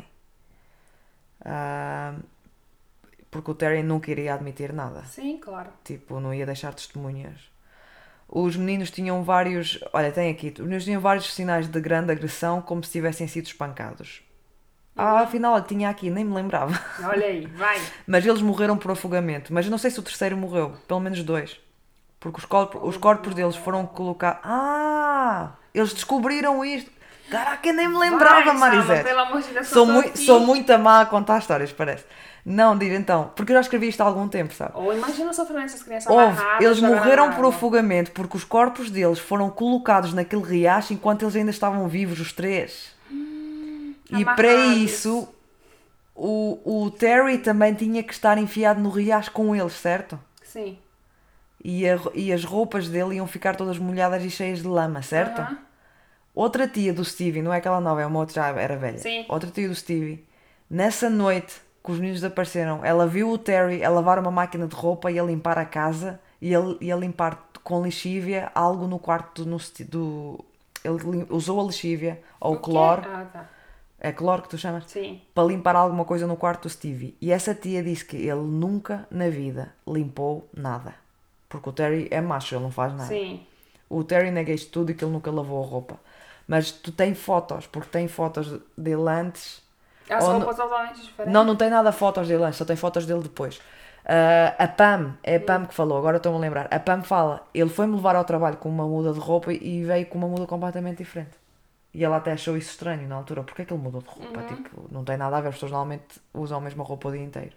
Porque o Terry nunca iria admitir nada. Sim, claro. Tipo, não ia deixar testemunhas. Os meninos tinham vários... Olha, tem aqui. Os meninos tinham vários sinais de grande agressão, como se tivessem sido espancados. Afinal, tinha aqui, nem me lembrava. Olha aí, vai. Mas eles morreram por afogamento. Mas eu não sei se o terceiro morreu. Pelo menos 2. Porque os corpos deles foram colocados... Eles descobriram isto. Caraca, eu nem me lembrava, Marisete. Pelo amor de Deus, Sou muito má a contar histórias, parece. Não, diz então, porque eu já escrevi isto há algum tempo, sabe? Ou imagina o sofrimento dessas crianças amarradas. Eles morreram por afogamento porque os corpos deles foram colocados naquele riacho enquanto eles ainda estavam vivos, os três. E para isso, o Terry também tinha que estar enfiado no riacho com eles, certo? Sim. E as roupas dele iam ficar todas molhadas e cheias de lama, certo? Outra tia do Stevie, não é aquela nova, é uma outra, já era velha. Sim. Outra tia do Stevie, nessa noite que os meninos desapareceram, ela viu o Terry a lavar uma máquina de roupa e a limpar a casa e a limpar com lixívia algo no quarto ele usou a lixívia ou o cloro. É cloro que tu chamas? Sim. Para limpar alguma coisa no quarto do Stevie. E essa tia disse que ele nunca na vida limpou nada. Porque o Terry é macho, ele não faz nada. Sim. O Terry nega isto tudo e que ele nunca lavou a roupa. Mas tu tens fotos, porque tem fotos dele antes. As roupas totalmente diferentes. Não tem nada de fotos dele antes, só tem fotos dele depois. A Pam, é a Pam que falou, agora estou-me a lembrar. A Pam fala, ele foi-me levar ao trabalho com uma muda de roupa e veio com uma muda completamente diferente. E ela até achou isso estranho na altura. Porquê é que ele mudou de roupa? Tipo, não tem nada a ver, as pessoas normalmente usam a mesma roupa o dia inteiro.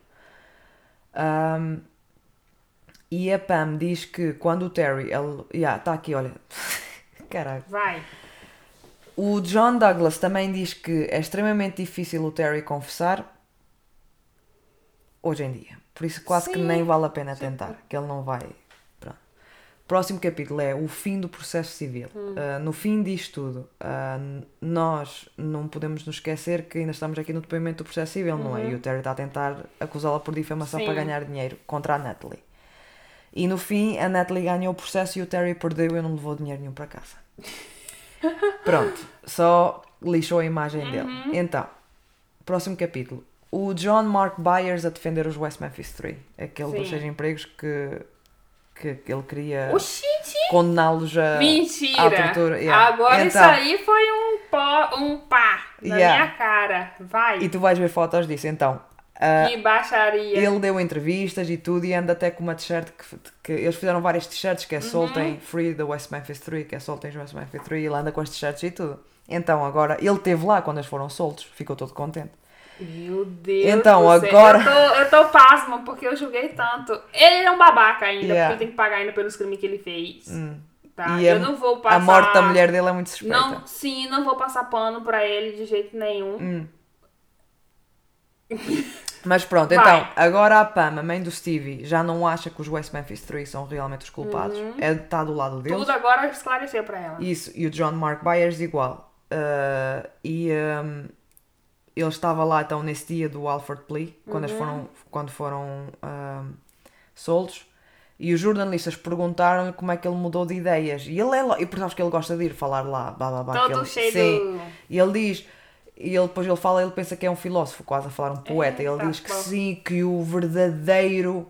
E a Pam diz que quando o Terry, está aqui, olha. Caralho. Vai. O John Douglas também diz que é extremamente difícil o Terry confessar hoje em dia. Por isso quase que nem vale a pena tentar, que ele não vai. Pronto. Próximo capítulo é o fim do processo civil. No fim disto tudo, nós não podemos nos esquecer que ainda estamos aqui no depoimento do processo civil, não é? E o Terry está a tentar acusá-la por difamação para ganhar dinheiro contra a Natalie. E no fim, a Natalie ganhou o processo e o Terry perdeu e não levou dinheiro nenhum para casa. Pronto, só lixou a imagem dele. Então, próximo capítulo. O John Mark Byers a defender os West Memphis 3. Aquele dos 6 empregos que ele queria condená-los à tortura. Agora então, isso aí foi um pá na minha cara. Vai. E tu vais ver fotos disso. Então, que baixaria. Ele deu entrevistas e tudo e anda até com uma t-shirt que eles fizeram várias t-shirts que é Soltem Free the West Memphis 3, que é Soltem West Memphis 3 e ele anda com as t-shirts e tudo. Então agora, ele esteve lá quando eles foram soltos, ficou todo contente. Meu Deus então, do agora... céu. Eu tô pasma porque eu julguei tanto. Ele é um babaca ainda, porque ele tem que pagar ainda pelos crimes que ele fez. Tá? E eu não vou passar... A morte da mulher dele é muito suspeita. Não vou passar pano pra ele de jeito nenhum. Mas pronto, então, agora a Pam, a mãe do Stevie, já não acha que os West Memphis 3 são realmente os culpados. Está do lado deles. Tudo agora esclareceu para ela. Isso, e o John Mark Byers igual. Ele estava lá então nesse dia do Alford Plea, quando foram soltos. E os jornalistas perguntaram-lhe como é que ele mudou de ideias. E ele e por sabes que ele gosta de ir falar lá, todo cheio sim. E ele diz... E depois ele fala, ele pensa que é um filósofo, quase a falar um poeta. Ele diz que sim, que o verdadeiro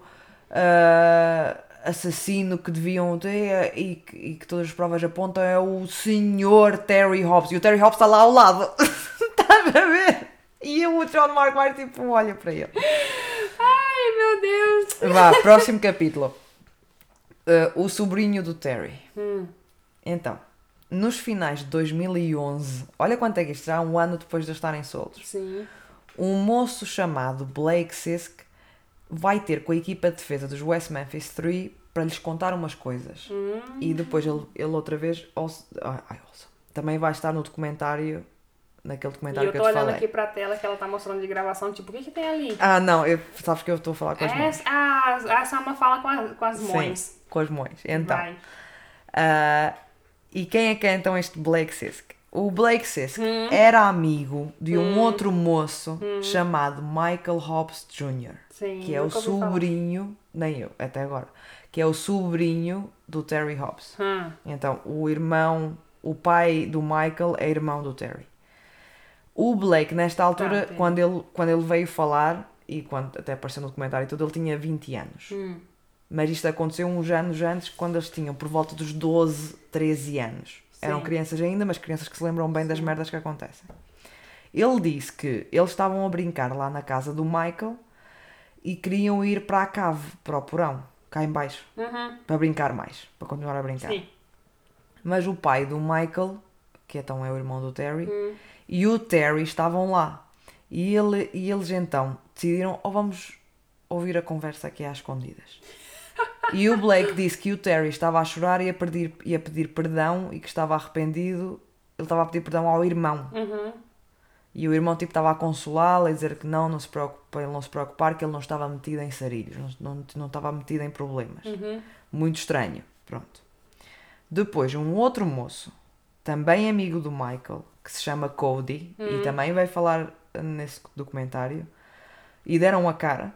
assassino que deviam ter e que todas as provas apontam é o senhor Terry Hobbs. E o Terry Hobbs está lá ao lado. Estás a ver? E o John Mark vai tipo, olha para ele. Ai, meu Deus. Vá, próximo capítulo. O sobrinho do Terry. Então... Nos finais de 2011, olha quanto é que isto já, um ano depois de eles estarem soltos. Sim. Um moço chamado Blake Sisk vai ter com a equipa de defesa dos West Memphis 3 para lhes contar umas coisas. E depois ele outra vez também vai estar no documentário, naquele documentário que eu te falei. Eu tô olhando aqui para a tela que ela tá mostrando de gravação, tipo, o que tem ali? Não, sabes que eu estou a falar com as mães. A Sama fala com as mães. Sim, com as mães. Então, vai. E quem é que é então este Blake Sisk? O Blake Sisk era amigo de um outro moço chamado Michael Hobbs Jr. Sim, que é o sobrinho, nem eu, até agora, que é o sobrinho do Terry Hobbs. Então, o pai do Michael é irmão do Terry. O Blake, nesta altura, quando ele veio falar, e quando até apareceu no documentário e tudo, ele tinha 20 anos. Mas isto aconteceu uns anos antes, quando eles tinham por volta dos 12, 13 anos. Sim. Eram crianças ainda, mas crianças que se lembram bem das merdas que acontecem. Ele disse que eles estavam a brincar lá na casa do Michael e queriam ir para a cave, para o porão, cá em baixo, para brincar mais, para continuar a brincar. Sim. Mas o pai do Michael que então é o irmão do Terry, e o Terry estavam lá. E eles então decidiram, vamos ouvir a conversa aqui às escondidas. E o Blake disse que o Terry estava a chorar e a pedir perdão e que estava arrependido. Ele estava a pedir perdão ao irmão. E o irmão tipo estava a consolá-lo, a dizer que não se preocupa, ele não se preocupar, que ele não estava metido em sarilhos, não estava metido em problemas. Muito estranho. Pronto. Depois, um outro moço, também amigo do Michael, que se chama Cody, e também vai falar nesse documentário, e deram a cara,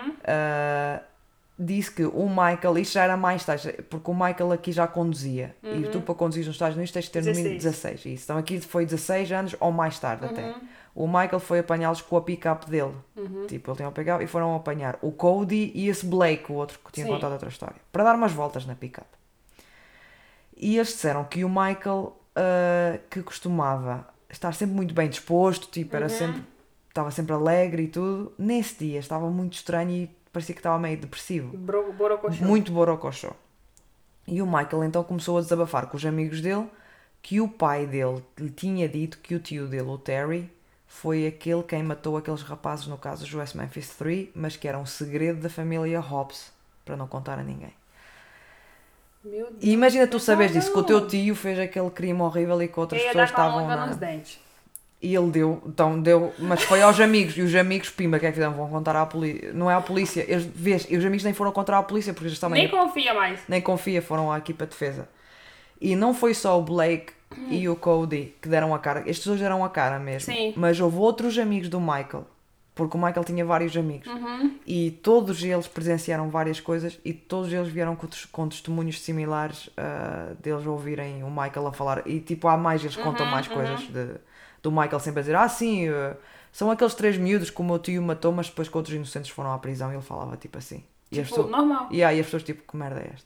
disse que o Michael, isto já era mais tarde, porque o Michael aqui já conduzia, e tu para conduzir nos Estados Unidos tens de ter no mínimo 16, isso. Então aqui foi 16 anos ou mais tarde até. O Michael foi apanhá-los com a pick-up dele, tipo, ele tinha uma pick-up e foram apanhar o Cody e esse Blake, o outro que tinha contado outra história, para dar umas voltas na pick-up. E eles disseram que o Michael, que costumava estar sempre muito bem disposto, tipo, estava sempre alegre e tudo, nesse dia estava muito estranho e parecia que estava meio depressivo. Borocochô. Muito borocochô. E o Michael então começou a desabafar com os amigos dele que o pai dele lhe tinha dito que o tio dele, o Terry, foi aquele quem matou aqueles rapazes, no caso dos West Memphis 3, mas que era um segredo da família Hobbs, para não contar a ninguém. Meu Deus. E imagina tu saberes disso, que o teu tio fez aquele crime horrível e que outras pessoas estavam nos dentes. E ele deu, mas foi aos amigos, e os amigos, pimba, que é que fizeram? Vão contar à polícia, não é à polícia, e os amigos nem foram contar à polícia, porque eles também... Nem confia mais. Nem confia, foram à equipa de defesa. E não foi só o Blake e o Cody que deram a cara, estes dois deram a cara mesmo. Sim. Mas houve outros amigos do Michael, porque o Michael tinha vários amigos, e todos eles presenciaram várias coisas, e todos eles vieram com testemunhos similares deles ouvirem o Michael a falar, e tipo, há mais, eles contam mais coisas do Michael sempre a dizer, sim, são aqueles 3 miúdos que o meu tio matou, mas depois que outros inocentes foram à prisão, e ele falava tipo assim. E tipo, pessoas, normal. E as pessoas tipo, que merda é esta?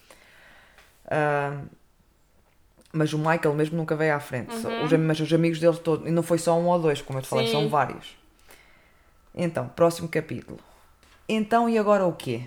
Mas o Michael mesmo nunca veio à frente, mas os amigos dele todos, e não foi só um ou dois, como eu te falei, são vários. Então, próximo capítulo. Então, e agora o quê?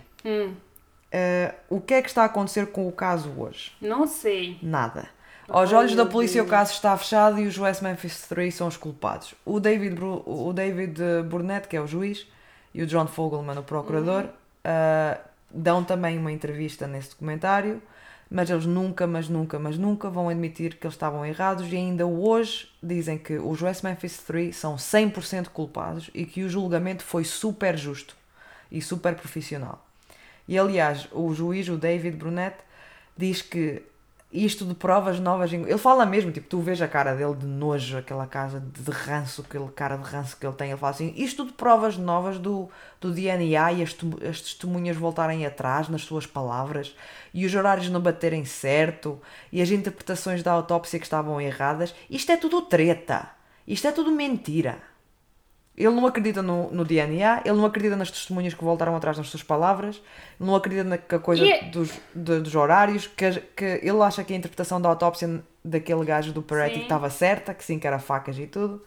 O que é que está a acontecer com o caso hoje? Não sei. Nada. Aos olhos da polícia o caso está fechado e os West Memphis 3 são os culpados. O David Burnett, que é o juiz, e o John Fogelman, o procurador, dão também uma entrevista nesse documentário, mas eles nunca vão admitir que eles estavam errados, e ainda hoje dizem que os West Memphis 3 são 100% culpados e que o julgamento foi super justo e super profissional. E aliás, o juiz, o David Burnett, diz que isto de provas novas... Ele fala mesmo, tipo, tu vês a cara dele de nojo, aquela casa de ranço, aquele cara de ranço que ele tem. Ele fala assim, isto de provas novas do DNA e as testemunhas voltarem atrás nas suas palavras e os horários não baterem certo e as interpretações da autópsia que estavam erradas. Isto é tudo treta. Isto é tudo mentira. Ele não acredita no DNA, ele não acredita nas testemunhas que voltaram atrás nas suas palavras, não acredita na coisa dos horários, que ele acha que a interpretação da autópsia daquele gajo do Peretti estava certa, que sim, que era facas e tudo.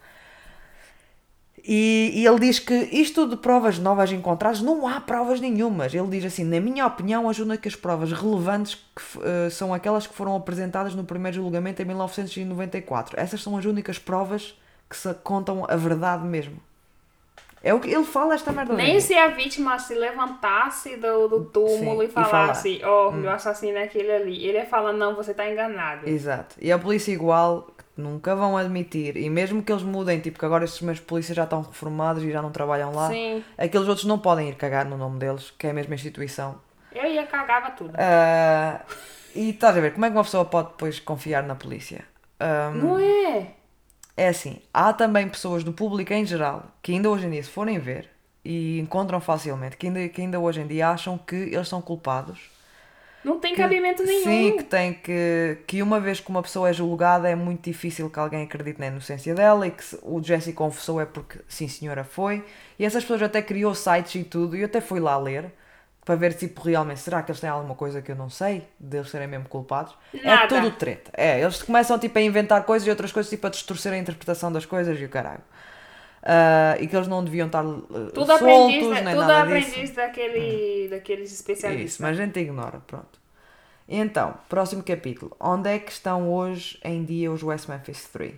E ele diz que isto de provas novas encontradas, não há provas nenhumas. Ele diz assim, na minha opinião, as únicas provas relevantes são aquelas que foram apresentadas no primeiro julgamento em 1994. Essas são as únicas provas que se contam a verdade mesmo. É o que ele fala, esta merda. Nem se a vítima se levantasse do túmulo e falasse, meu assassino é aquele ali. Ele ia falar, não, você está enganado. Exato. E a polícia igual, nunca vão admitir. E mesmo que eles mudem, tipo que agora estes meus polícias já estão reformados e já não trabalham lá, aqueles outros não podem ir cagar no nome deles, que é a mesma instituição. Eu ia cagava tudo. E estás a ver, como é que uma pessoa pode depois confiar na polícia? Não é? É assim, há também pessoas do público em geral que ainda hoje em dia, se forem ver, e encontram facilmente, que ainda hoje em dia acham que eles são culpados. Não tem cabimento nenhum. Sim, que uma vez que uma pessoa é julgada é muito difícil que alguém acredite na inocência dela, e que o Jesse confessou é porque sim senhora foi. E essas pessoas até criou sites e tudo, e eu até fui lá ler para ver tipo realmente, será que eles têm alguma coisa que eu não sei deles serem mesmo culpados? Nada. É tudo treta. Eles começam tipo a inventar coisas e outras coisas, tipo a distorcer a interpretação das coisas e o caralho. E que eles não deviam estar soltos, nem nada disso. Tudo aprendiz daqueles especialistas. Isso, mas a gente ignora, pronto. Então, próximo capítulo. Onde é que estão hoje em dia os West Memphis 3?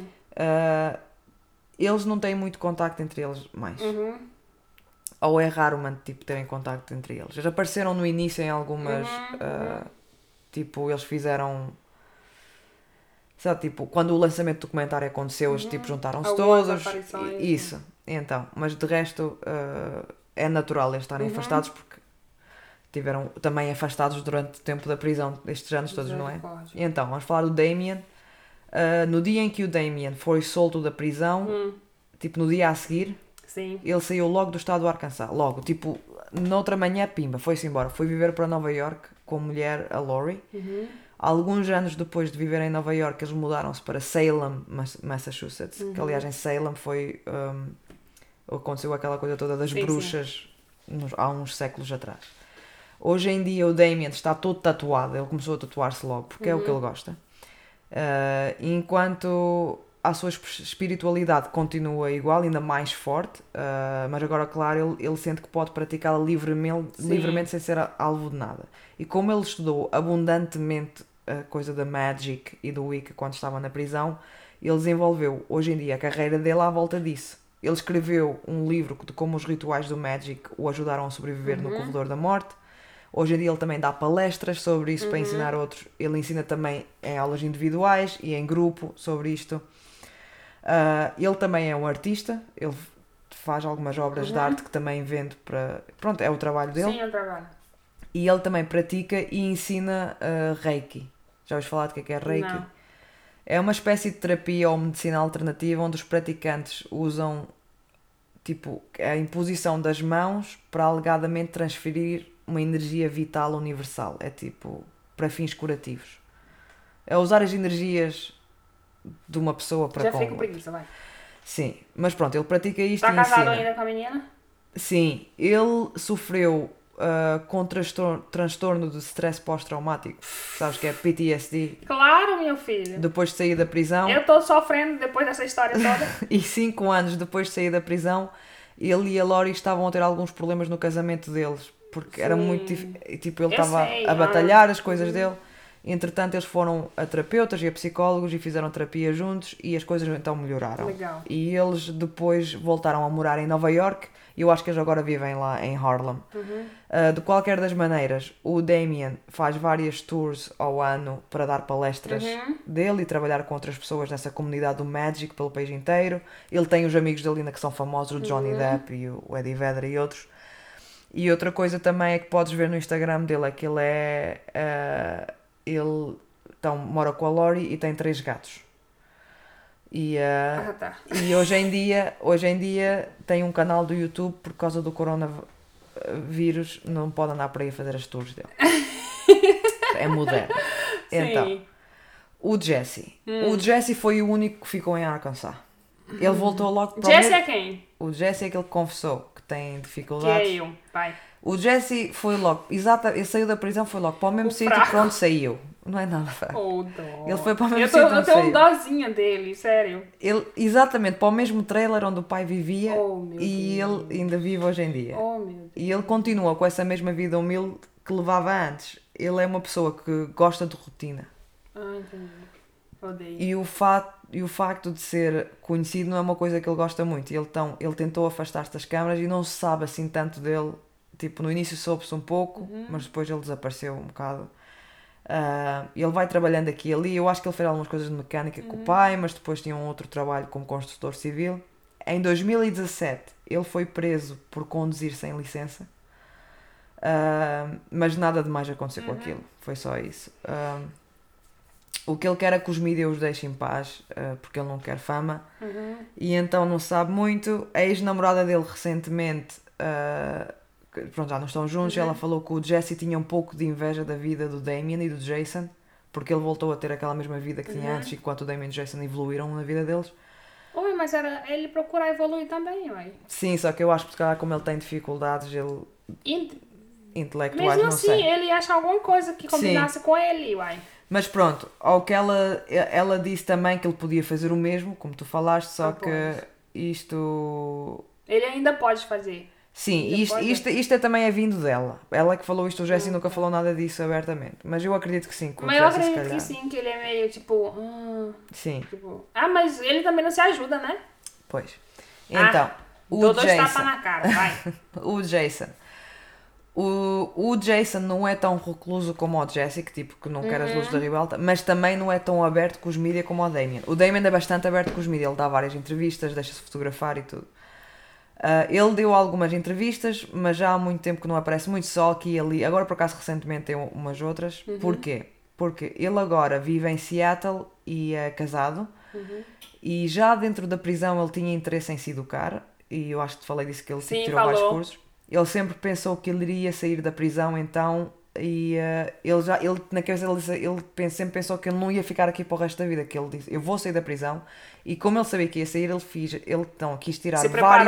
Eles não têm muito contacto entre eles mais. Ou é raro, tipo, terem contacto entre eles. Eles apareceram no início em algumas... tipo, eles fizeram... Sabe, tipo, quando o lançamento do documentário aconteceu, eles tipo, juntaram-se todos. Isso. Então, mas de resto, é natural eles estarem afastados porque tiveram também afastados durante o tempo da prisão estes anos todos, não é? E então, vamos falar do Damien. No dia em que o Damien foi solto da prisão, tipo no dia a seguir, sim, ele saiu logo do estado do Arkansas. Logo, tipo, noutra manhã, pimba, foi-se embora. Foi viver para Nova York com a mulher, a Lori. Alguns anos depois de viver em Nova York, eles mudaram-se para Salem, Massachusetts. Que aliás em Salem foi... aconteceu aquela coisa toda das bruxas há uns séculos atrás. Hoje em dia o Damien está todo tatuado. Ele começou a tatuar-se logo, porque é o que ele gosta. Enquanto a sua espiritualidade continua igual, ainda mais forte, mas agora, claro, ele sente que pode praticá-la livremente sem ser alvo de nada. E como ele estudou abundantemente a coisa da Magic e do Wicca quando estava na prisão, ele desenvolveu hoje em dia a carreira dele à volta disso. Ele escreveu um livro de como os rituais do Magic o ajudaram a sobreviver no corredor da morte. Hoje em dia ele também dá palestras sobre isso para ensinar outros. Ele ensina também em aulas individuais e em grupo sobre isto. Ele também é um artista. Ele faz algumas obras de arte que também vende para... Pronto, é o trabalho dele. Sim, é o trabalho. E ele também pratica e ensina Reiki. Já ouvis falar de que é Reiki? Não. É uma espécie de terapia ou medicina alternativa onde os praticantes usam tipo, a imposição das mãos para alegadamente transferir uma energia vital universal. É tipo, para fins curativos. É usar as energias de uma pessoa para já com fico outra. preguiça, vai. Sim, mas pronto, ele pratica isto Está e casado ensina. ainda com a menina? Sim, ele sofreu com transtorno de stress pós-traumático. Sabes que é PTSD. Claro, meu filho. Depois de sair da prisão. Eu estou sofrendo depois dessa história toda. E 5 anos depois de sair da prisão, ele e a Lori estavam a ter alguns problemas no casamento deles. Porque era muito difícil. Tipo, ele estava a batalhar as coisas dele. Entretanto, eles foram a terapeutas e a psicólogos e fizeram terapia juntos e as coisas então melhoraram. Legal. E eles depois voltaram a morar em Nova York e eu acho que eles agora vivem lá em Harlem. De qualquer das maneiras, o Damien faz várias tours ao ano para dar palestras dele e trabalhar com outras pessoas nessa comunidade do Magic pelo país inteiro. Ele tem os amigos dele ainda que são famosos, o Johnny Depp e o Eddie Vedder e outros. E outra coisa também é que podes ver no Instagram dele é que ele ele então, mora com a Lori e tem 3 gatos. E hoje em dia tem um canal do YouTube por causa do coronavírus, não pode andar por aí a fazer as tours dele. É moderno. Então, o Jesse. O Jesse foi o único que ficou em Arkansas. Ele voltou logo para Jesse é quem? O Jesse é aquele que confessou que tem dificuldades. Que é eu, pai. O Jesse foi logo, ele saiu da prisão, foi logo para o mesmo sítio para onde saiu. Não é nada fraco. Oh, dó. Ele foi para o mesmo sítio onde Eu tenho um dozinha dele, sério. Exatamente, para o mesmo trailer onde o pai vivia e Deus. Ele ainda vive hoje em dia. Oh, meu Deus. E ele continua com essa mesma vida humilde que levava antes. Ele é uma pessoa que gosta de rotina. Entendi. Odeio. E o facto de ser conhecido não é uma coisa que ele gosta muito. Ele tentou afastar-se das câmaras e não se sabe assim tanto dele. Tipo, no início soube-se um pouco, mas depois ele desapareceu um bocado. Ele vai trabalhando aqui e ali. Eu acho que ele fez algumas coisas de mecânica com o pai, mas depois tinha um outro trabalho como construtor civil. Em 2017, ele foi preso por conduzir sem licença. Mas nada de mais aconteceu com aquilo. Foi só isso. O que ele quer é que os mídias os deixem em paz, porque ele não quer fama. E então não sabe muito. A ex-namorada dele recentemente... pronto, já não estão juntos. Ela falou que o Jesse tinha um pouco de inveja da vida do Damien e do Jason, porque ele voltou a ter aquela mesma vida que tinha antes, enquanto o Damien e o Jason evoluíram na vida deles. Oi, mas era ele procurar evoluir também, uai. Sim, só que eu acho que como ele tem dificuldades intelectuais, mesmo não assim, sei. ele ia achar alguma coisa que combinasse com ele, uai. Mas pronto, ao que ela disse também que ele podia fazer o mesmo, como tu falaste, só que isto... Ele ainda pode fazer. Sim, isto é também vindo dela. Ela que falou isto, o Jesse nunca falou nada disso abertamente. Mas eu acredito que sim. Mas eu acredito que sim, que ele é meio tipo... sim. Tipo, mas ele também não se ajuda, né? Pois. Então, o Jason... Dois tapas na cara, vai. O Jason. O Jason não é tão recluso como o Jesse, que tipo, que não quer as luzes da ribalta, mas também não é tão aberto com os mídia como o Damien. O Damien é bastante aberto com os mídia, ele dá várias entrevistas, deixa-se fotografar e tudo. Ele deu algumas entrevistas, mas já há muito tempo que não aparece, muito só aqui e ali. Agora, por acaso, recentemente tem umas outras. Porquê? Porque ele agora vive em Seattle e é casado. E já dentro da prisão ele tinha interesse em se educar. E eu acho que te falei disso, que ele tirou vários cursos. Ele sempre pensou que ele iria sair da prisão, então... E ele na cabeça ele sempre pensou que ele não ia ficar aqui para o resto da vida, que ele disse, eu vou sair da prisão, e como ele sabia que ia sair, ele então quis tirar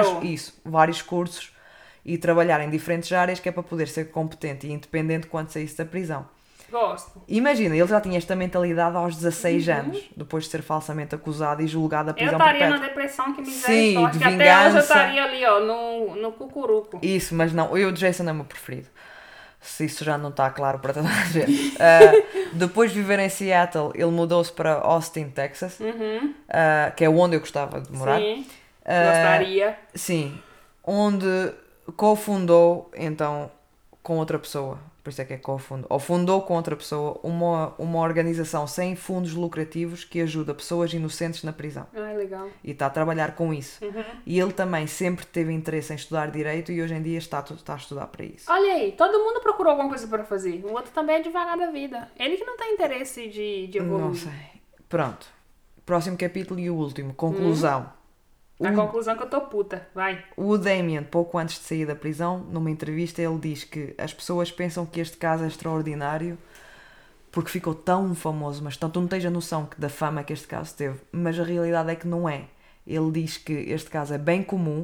vários cursos e trabalhar em diferentes áreas, que é para poder ser competente e independente quando saísse da prisão. Gosto. Imagina, ele já tinha esta mentalidade aos 16 anos, depois de ser falsamente acusado e julgado a prisão perpétua. Eu estaria na depressão, que Sim, de vingança. Até hoje eu estaria ali, ó, no cucuruco. Isso, mas não, o Jason é o meu preferido. Se isso já não está claro para toda a gente. Depois de viver em Seattle, ele mudou-se para Austin, Texas, que é onde eu gostava de morar. Sim, gostaria. Sim, onde cofundou, então, com outra pessoa, por isso é que é cofundou, ou fundou com outra pessoa uma organização sem fundos lucrativos que ajuda pessoas inocentes na prisão. Legal. E está a trabalhar com isso. E ele também sempre teve interesse em estudar Direito e hoje em dia está a estudar para isso. Olha aí, todo mundo procurou alguma coisa para fazer. O outro também é devagar da vida. Ele que não tem interesse de evoluir. Não sei. Pronto. Próximo capítulo e o último. Conclusão. A conclusão é que eu estou puta. Vai. O Damien, pouco antes de sair da prisão, numa entrevista, ele diz que as pessoas pensam que este caso é extraordinário porque ficou tão famoso, mas tu não tens a noção da fama que este caso teve, mas a realidade é que não é. Ele diz que este caso é bem comum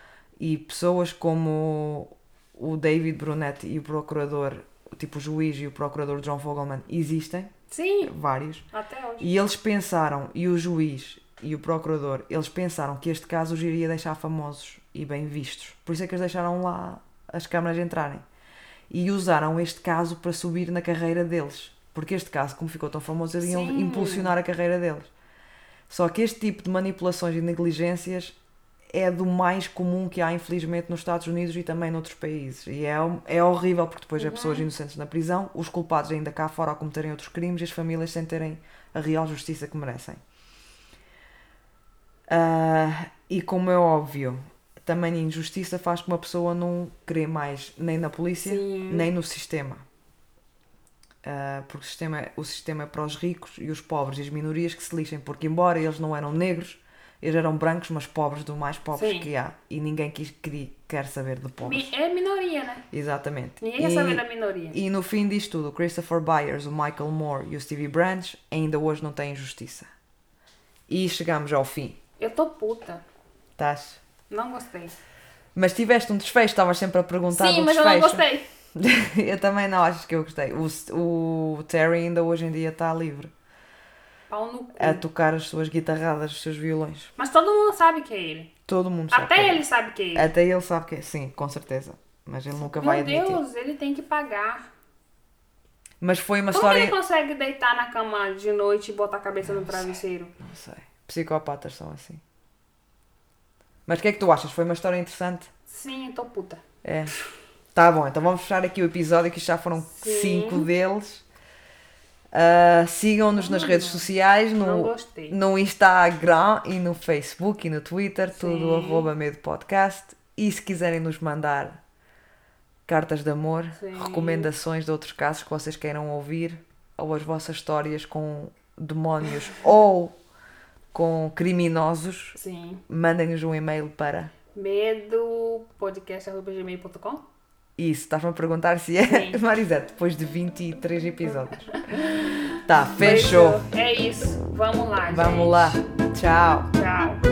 e pessoas como o David Brunetti e o procurador, tipo o juiz e o procurador John Fogelman, existem. Sim. Vários. Até hoje. E eles pensaram, e o juiz e o procurador, eles pensaram que este caso os iria deixar famosos e bem vistos. Por isso é que eles deixaram lá as câmaras entrarem. E usaram este caso para subir na carreira deles. Porque este caso, como ficou tão famoso, eles iam impulsionar a carreira deles. Só que este tipo de manipulações e negligências é do mais comum que há, infelizmente, nos Estados Unidos e também noutros países. E é horrível, porque depois há pessoas inocentes na prisão, os culpados ainda cá fora a cometerem outros crimes e as famílias sem terem a real justiça que merecem. E como é óbvio, também a injustiça faz com que uma pessoa não crê mais nem na polícia, nem no sistema. Porque o sistema é para os ricos e os pobres e as minorias que se lixem, porque embora eles não eram negros, eles eram brancos, mas pobres do mais pobres que há. E ninguém quer saber de pobres. É minoria, né? Exatamente. Ninguém quer saber da minoria. E no fim disto tudo, o Christopher Byers, o Michael Moore e o Stevie Branch ainda hoje não têm justiça. E chegamos ao fim. Eu estou puta. Estás? Não gostei. Mas tiveste um desfecho, estavas sempre a perguntar do desfecho. Sim, mas eu não gostei. Eu também não, acho que eu gostei. O Terry ainda hoje em dia está livre. Pau no cu. A tocar as suas guitarradas, os seus violões. Mas todo mundo sabe que é ele. Todo mundo sabe. Até ele sabe que é ele. Até ele sabe que é, sim, com certeza. Mas ele nunca vai admitir. Meu Deus, ele tem que pagar. Mas foi uma Como história... ele consegue deitar na cama de noite e botar a cabeça no travesseiro? Não sei. Psicopatas são assim. Mas o que é que tu achas? Foi uma história interessante? Sim, eu tô puta. É. Tá bom, então vamos fechar aqui o episódio, que já foram 5 deles. Sigam-nos nas redes sociais, no Instagram e no Facebook e no Twitter, tudo @medopodcast. E se quiserem nos mandar cartas de amor, recomendações de outros casos que vocês queiram ouvir, ou as vossas histórias com demónios ou com criminosos, mandem-nos um e-mail para medopodcast@gmail.com. Isso, estás-me a perguntar se é Marisete, depois de 23 episódios. Tá, fechou. É isso, vamos lá, gente. Vamos lá, tchau. Tchau.